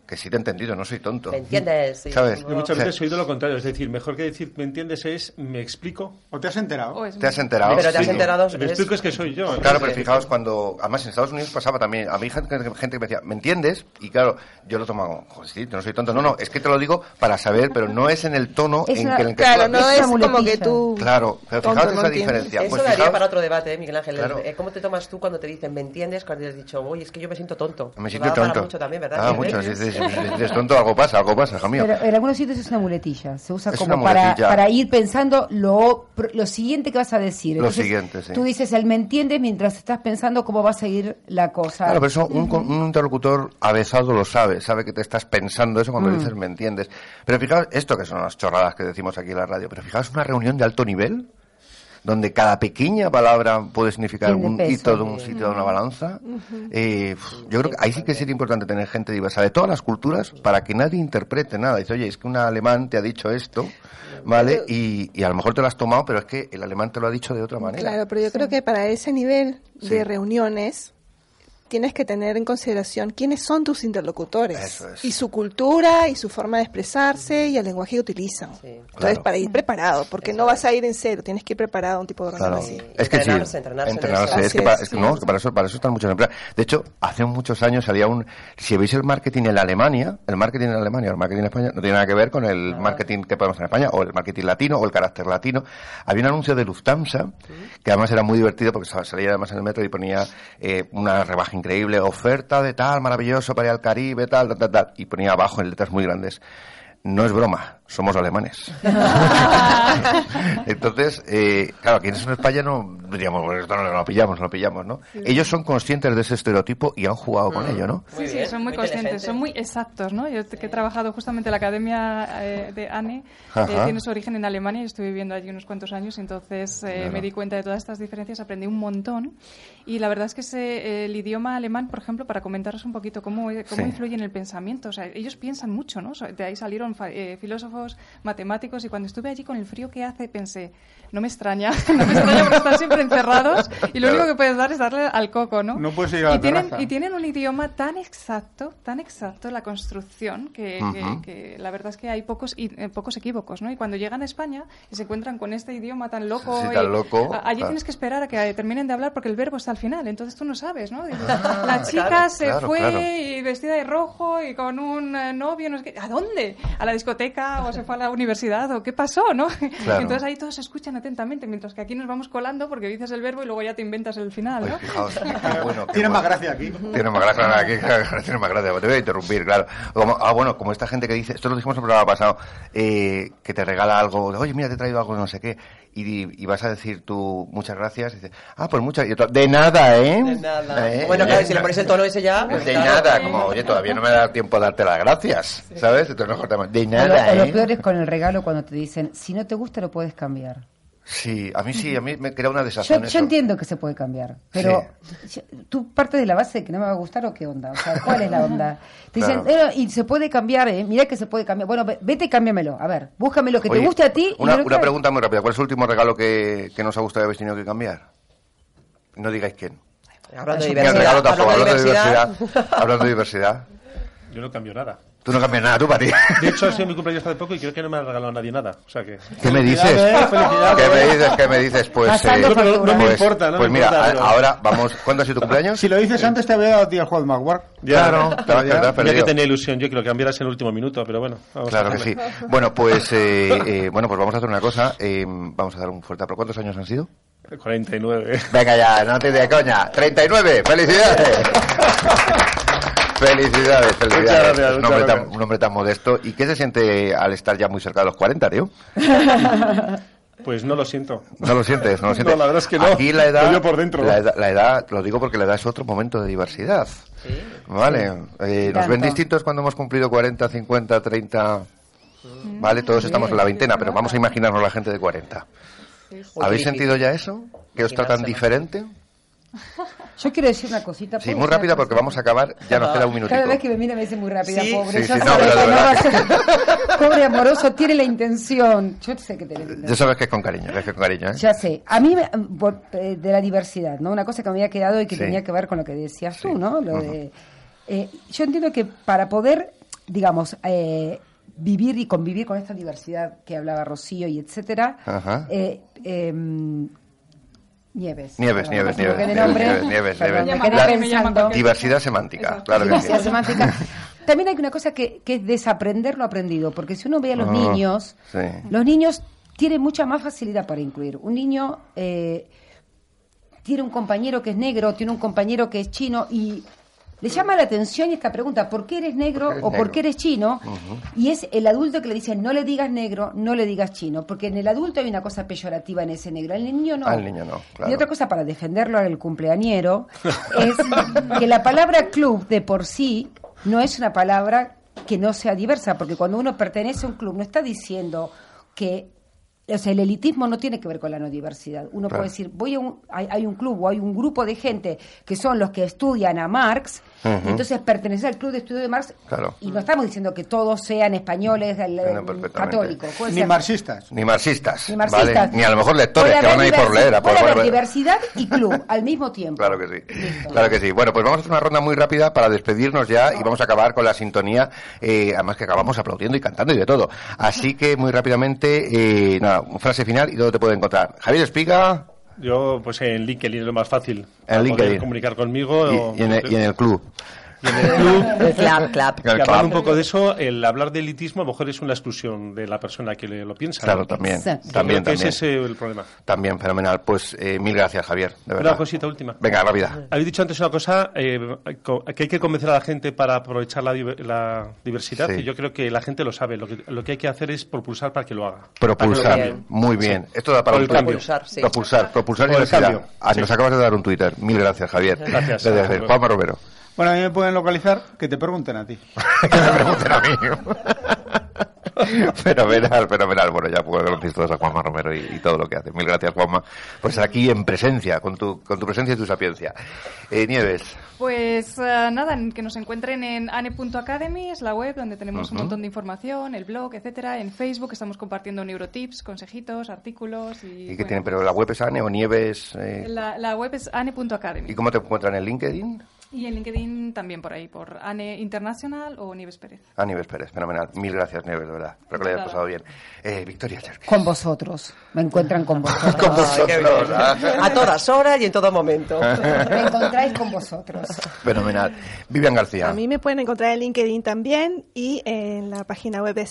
S1: Que sí te he entendido, no soy tonto.
S2: ¿Me entiendes? Sí.
S1: ¿Sabes?
S3: Yo muchas veces he oído lo contrario, es decir, mejor que decir ¿me entiendes? Es ¿me explico?
S4: ¿O te has enterado?
S1: ¿Te has enterado?
S2: Pero te has enterado.
S3: Me explico es que soy yo.
S1: Claro, pero fijaos cuando... Además, en Estados Unidos pasaba también... A mí gente que me decía, ¿me entiendes? Y claro, yo lo tomaba, joder, sí, no soy tonto. No, es que te lo digo para saber, pero no es en el tono en que
S7: claro,
S1: tú...
S7: no es como que tú...
S1: Claro, pero fijaos esa diferencia.
S2: Eso daría para otro debate, Miguel Ángel. Claro. ¿Cómo te tomas tú cuando te dicen ¿me entiendes? Cuando has dicho, oye, es que yo me siento tonto.
S1: Me siento tonto.
S2: Para mucho también, ¿verdad?
S1: Mucho. Si eres tonto, algo pasa, hijo mío.
S6: Pero en algunos sitios es una muletilla. Se usa
S1: es
S6: como para ir pensando lo siguiente que vas a decir. Entonces,
S1: lo siguiente, sí.
S6: Tú dices el me entiendes mientras estás pensando cómo va a seguir la cosa.
S1: Claro, pero eso un interlocutor avezado lo sabe que te estás pensando eso cuando dices me entiendes. Pero fijaos, esto que son las chorradas que decimos aquí en la radio, pero fijaos una reunión de alto nivel donde cada pequeña palabra puede significar un hito de un sitio de una balanza. Yo creo que ahí sí que sería importante tener gente diversa de todas las culturas para que nadie interprete nada. Dice, oye, es que un alemán te ha dicho esto, ¿vale? Y a lo mejor te lo has tomado, pero es que el alemán te lo ha dicho de otra manera.
S7: Claro, pero yo creo que para ese nivel de reuniones tienes que tener en consideración quiénes son tus interlocutores.
S1: Eso es.
S7: Y su cultura, y su forma de expresarse, y el lenguaje que utilizan. Sí. Entonces,
S1: claro,
S7: para ir preparado, porque no vas a ir en cero, tienes que ir preparado a un tipo de reunión así.
S1: Es que entrenarse. Es que para eso están muchas empresas. De hecho, hace muchos años salía si veis el marketing en Alemania o el marketing en España, no tiene nada que ver con el marketing que podemos en España, o el marketing latino, o el carácter latino. Había un anuncio de Lufthansa, que además era muy divertido, porque salía además en el metro y ponía una rebaja increíble, oferta de tal, maravilloso para ir al Caribe, tal, y ponía abajo en letras muy grandes, no es broma, somos alemanes. Entonces, claro, aquí en España no diríamos, bueno, esto no lo pillamos, ¿no? Sí. Ellos son conscientes de ese estereotipo y han jugado con ello, ¿no?
S5: Sí, son muy conscientes, son muy exactos, ¿no? Yo que he trabajado justamente en la academia de ANE, tiene su origen en Alemania y estuve viviendo allí unos cuantos años, entonces me di cuenta de todas estas diferencias, aprendí un montón y la verdad es que el idioma alemán, por ejemplo, para comentaros un poquito cómo influye en el pensamiento, o sea, ellos piensan mucho, ¿no? De ahí salieron filósofos, matemáticos, y cuando estuve allí con el frío que hace pensé, no me extraña porque están siempre encerrados y lo único que puedes dar es darle al coco, ¿no?
S4: No puedes ir a la terraza.
S5: Y tienen un idioma tan exacto, la construcción, que la verdad es que hay pocos equívocos, ¿no? Y cuando llegan a España y se encuentran con este idioma tan loco, allí tienes que esperar a que terminen de hablar porque el verbo está al final, entonces tú no sabes, ¿no? La chica se fue y vestida de rojo y con un novio, no sé qué, ¿a dónde? ¿A la discoteca o se fue a la universidad o qué pasó, no? Claro. Entonces ahí todos se escuchan atentamente, mientras que aquí nos vamos colando porque dices el verbo y luego ya te inventas el final, ¿no?
S1: Fijaos,
S4: tiene más gracia aquí.
S1: Tiene más gracia, te voy a interrumpir, claro. Como esta gente que dice, esto lo dijimos en el programa pasado, que te regala algo, oye, mira, te he traído algo, no sé qué, y vas a decir tú muchas gracias, y dices, pues muchas, y otro, de nada, ¿eh?
S2: De nada. Bueno, claro, si le pones el tono ese ya...
S1: Pues de nada, como, oye, todavía no me da tiempo a darte las gracias, ¿sabes? Entonces no cortamos, de nada,
S6: Lo peor es con el regalo cuando te dicen, si no te gusta lo puedes cambiar.
S1: Sí, a mí me crea una desazón.
S6: Yo entiendo que se puede cambiar, pero tú partes de la base de que no me va a gustar o qué onda, o sea, ¿cuál es la onda? Te dicen, y se puede cambiar, mirá que se puede cambiar. Bueno, vete y cámbiamelo, a ver, búscame lo que te guste a ti.
S1: Una pregunta muy rápida, ¿cuál es el último regalo que nos ha gustado y habéis tenido que cambiar? No digáis quién.
S2: Hablando de diversidad.
S1: Hablando de diversidad.
S3: Yo no cambio nada.
S1: Tú no cambias nada, tú para ti.
S3: De hecho, ha sido mi cumpleaños hace poco y creo que no me ha regalado nadie nada. O sea que...
S1: ¿Qué me dices? ¿Qué me dices? Pues...
S3: no me importa,
S1: Pues mira, pero... ahora vamos... ¿Cuándo ha sido tu cumpleaños?
S4: Si lo dices antes te había dado a ti el juego de Magwar.
S1: Claro,
S3: ya que tenía ilusión, yo quiero que cambiaras en el último minuto, pero bueno.
S1: Claro que sí. Bueno, pues vamos a hacer una cosa. Vamos a dar un fuerte aplauso. ¿Cuántos años han sido?
S3: 49.
S1: Venga ya, no te de coña. 39. ¡Felicidades! Felicidades.
S3: Gracias,
S1: un hombre tan modesto. ¿Y qué se siente al estar ya muy cerca de los 40, tío?
S3: Pues no lo siento.
S1: ¿No lo sientes?
S3: No, la verdad es que no.
S1: Aquí la edad,
S3: yo por dentro.
S1: La edad, lo digo porque la edad es otro momento de diversidad. ¿Sí? ¿Vale? Nos ven distintos cuando hemos cumplido 40, 50, 30... ¿Vale? Todos estamos en la veintena, pero vamos a imaginarnos la gente de 40. ¿Habéis sentido ya eso? ¿Que os tratan diferente?
S6: Yo quiero decir una cosita.
S1: Sí, muy rápida porque vamos a acabar, ya nos queda un minutito.
S6: Cada vez que me mira me dice muy rápida, pobre.
S1: Sí, no,
S6: pobre amoroso, tiene la intención. Yo sé que tiene la intención.
S1: Ya sabes que es con cariño, ¿eh?
S6: Ya sé. A mí, de la diversidad, ¿no? Una cosa que me había quedado y que tenía que ver con lo que decías tú, ¿no? Lo de... yo entiendo que para poder digamos, vivir y convivir con esta diversidad que hablaba Rocío y etcétera. Nieves.
S1: Diversidad semántica, claro que sí.
S6: Diversidad semántica. También hay una cosa que es desaprender lo aprendido, porque si uno ve a los niños, los niños tienen mucha más facilidad para incluir. Un niño tiene un compañero que es negro, tiene un compañero que es chino y le llama la atención esta pregunta, ¿por qué eres negro o por qué eres chino? Y es el adulto que le dice, no le digas negro, no le digas chino, porque en el adulto hay una cosa peyorativa en ese negro, al niño no.
S1: Al niño no, claro.
S6: Y otra cosa para defenderlo al cumpleañero es que la palabra club de por sí no es una palabra que no sea diversa, porque cuando uno pertenece a un club no está diciendo que... O sea, el elitismo no tiene que ver con la no diversidad. Uno puede decir, hay un club o hay un grupo de gente que son los que estudian a Marx, y entonces pertenecer al club de estudio de Marx, y no estamos diciendo que todos sean españoles católicos.
S4: Ni marxistas.
S1: Ni marxistas. ¿vale? Ni a lo mejor lectores que van a ir por leer.
S6: Puede haber diversidad y club al mismo tiempo.
S1: Claro que sí. Listo. Claro que sí. Bueno, pues vamos a hacer una ronda muy rápida para despedirnos ya y vamos a acabar con la sintonía, además que acabamos aplaudiendo y cantando y de todo. Así que muy rápidamente, nada, frase final y dónde te puede encontrar. Javier Espiga.
S3: Yo, pues en LinkedIn es lo más fácil.
S1: En LinkedIn.
S3: Comunicar conmigo.
S1: Y en el club.
S3: Y en el club.
S2: El
S3: hablando un poco de eso, el hablar de elitismo a lo mejor es una exclusión de la persona que lo piensa.
S1: Claro, también. También.
S3: Ese es el problema.
S1: También, fenomenal. Pues mil gracias, Javier. De verdad.
S3: Una cosita última.
S1: Venga, rápida.
S3: Habéis dicho antes una cosa, que hay que convencer a la gente para aprovechar la diversidad. Y yo creo que la gente lo sabe. Lo que hay que hacer es propulsar para que lo haga.
S1: Propulsar. Muy bien. Sí. Esto da para
S3: un cambio.
S1: Propulsar diversidad. Nos acabas de dar un Twitter. Mil gracias, Javier.
S3: Gracias.
S1: Juanma Romero.
S4: Bueno, a mí me pueden localizar, que te pregunten a ti.
S1: Que me pregunten a mí. Fenomenal. Bueno, ya conocéis todos a Juanma Romero y todo lo que hace. Mil gracias, Juanma, por estar aquí en presencia, con tu presencia y tu sapiencia. Nieves.
S5: Pues nada, que nos encuentren en ane.academy, es la web donde tenemos un montón de información, el blog, etcétera. En Facebook estamos compartiendo neurotips, consejitos, artículos y...
S1: ¿Y qué tienen? ¿Pero la web es Ane o Nieves?
S5: La web es ane.academy.
S1: ¿Y cómo te encuentran en LinkedIn?
S5: Y en LinkedIn también por ahí, por Ane International o Nieves Pérez.
S1: Nieves Pérez, fenomenal. Mil gracias, Nieves, de verdad. Espero que lo hayas pasado bien. Victoria Cherkis.
S6: Con vosotros. Me encuentran con vosotros.
S1: Con vosotros.
S2: A todas horas y en todo momento.
S6: Me encontráis con vosotros.
S1: Fenomenal. Vivian García.
S7: A mí me pueden encontrar en LinkedIn también y en la página web de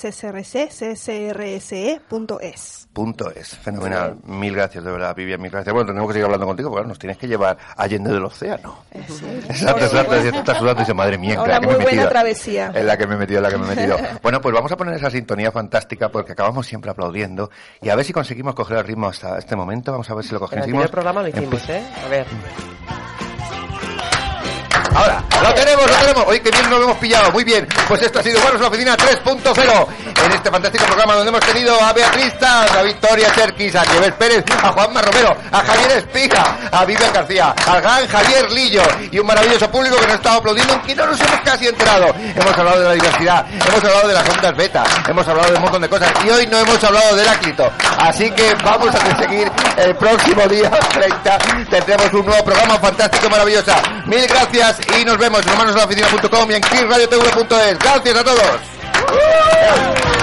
S7: csrse.es.
S1: Fenomenal. Sí. Mil gracias, de verdad, Vivian, mil gracias. Bueno, tenemos que seguir hablando contigo porque nos tienes que llevar allende del océano.
S7: Sí.
S1: Exacto, estás sudando y dices, madre mía,
S7: una muy buena travesía.
S1: En la que me he metido. Bueno, pues vamos a poner esa sintonía fantástica porque acabamos siempre aplaudiendo y a ver si conseguimos coger el ritmo hasta este momento. Vamos a ver si lo conseguimos.
S2: En el primer programa lo hicimos, A ver.
S1: Ahora, lo tenemos. Oye, qué bien nos lo hemos pillado. Muy bien. Pues esto ha sido Humanos en la Oficina 3.0. En este fantástico programa donde hemos tenido a Beatriz Taz, a Victoria Cherkis, a Nieves Pérez, a Juanma Romero, a Javier Espiga, a Vivian García, al gran Javier Lillo y un maravilloso público que nos ha estado aplaudiendo, en que no nos hemos casi enterado. Hemos hablado de la diversidad, hemos hablado de las ondas beta, hemos hablado de un montón de cosas y hoy no hemos hablado del áclito. Así que vamos a seguir el próximo día 30. Tendremos un nuevo programa fantástico, maravilloso. Mil gracias y nos vemos en humanosdelaoficina.com y en KissRadioTV.es. Gracias a todos.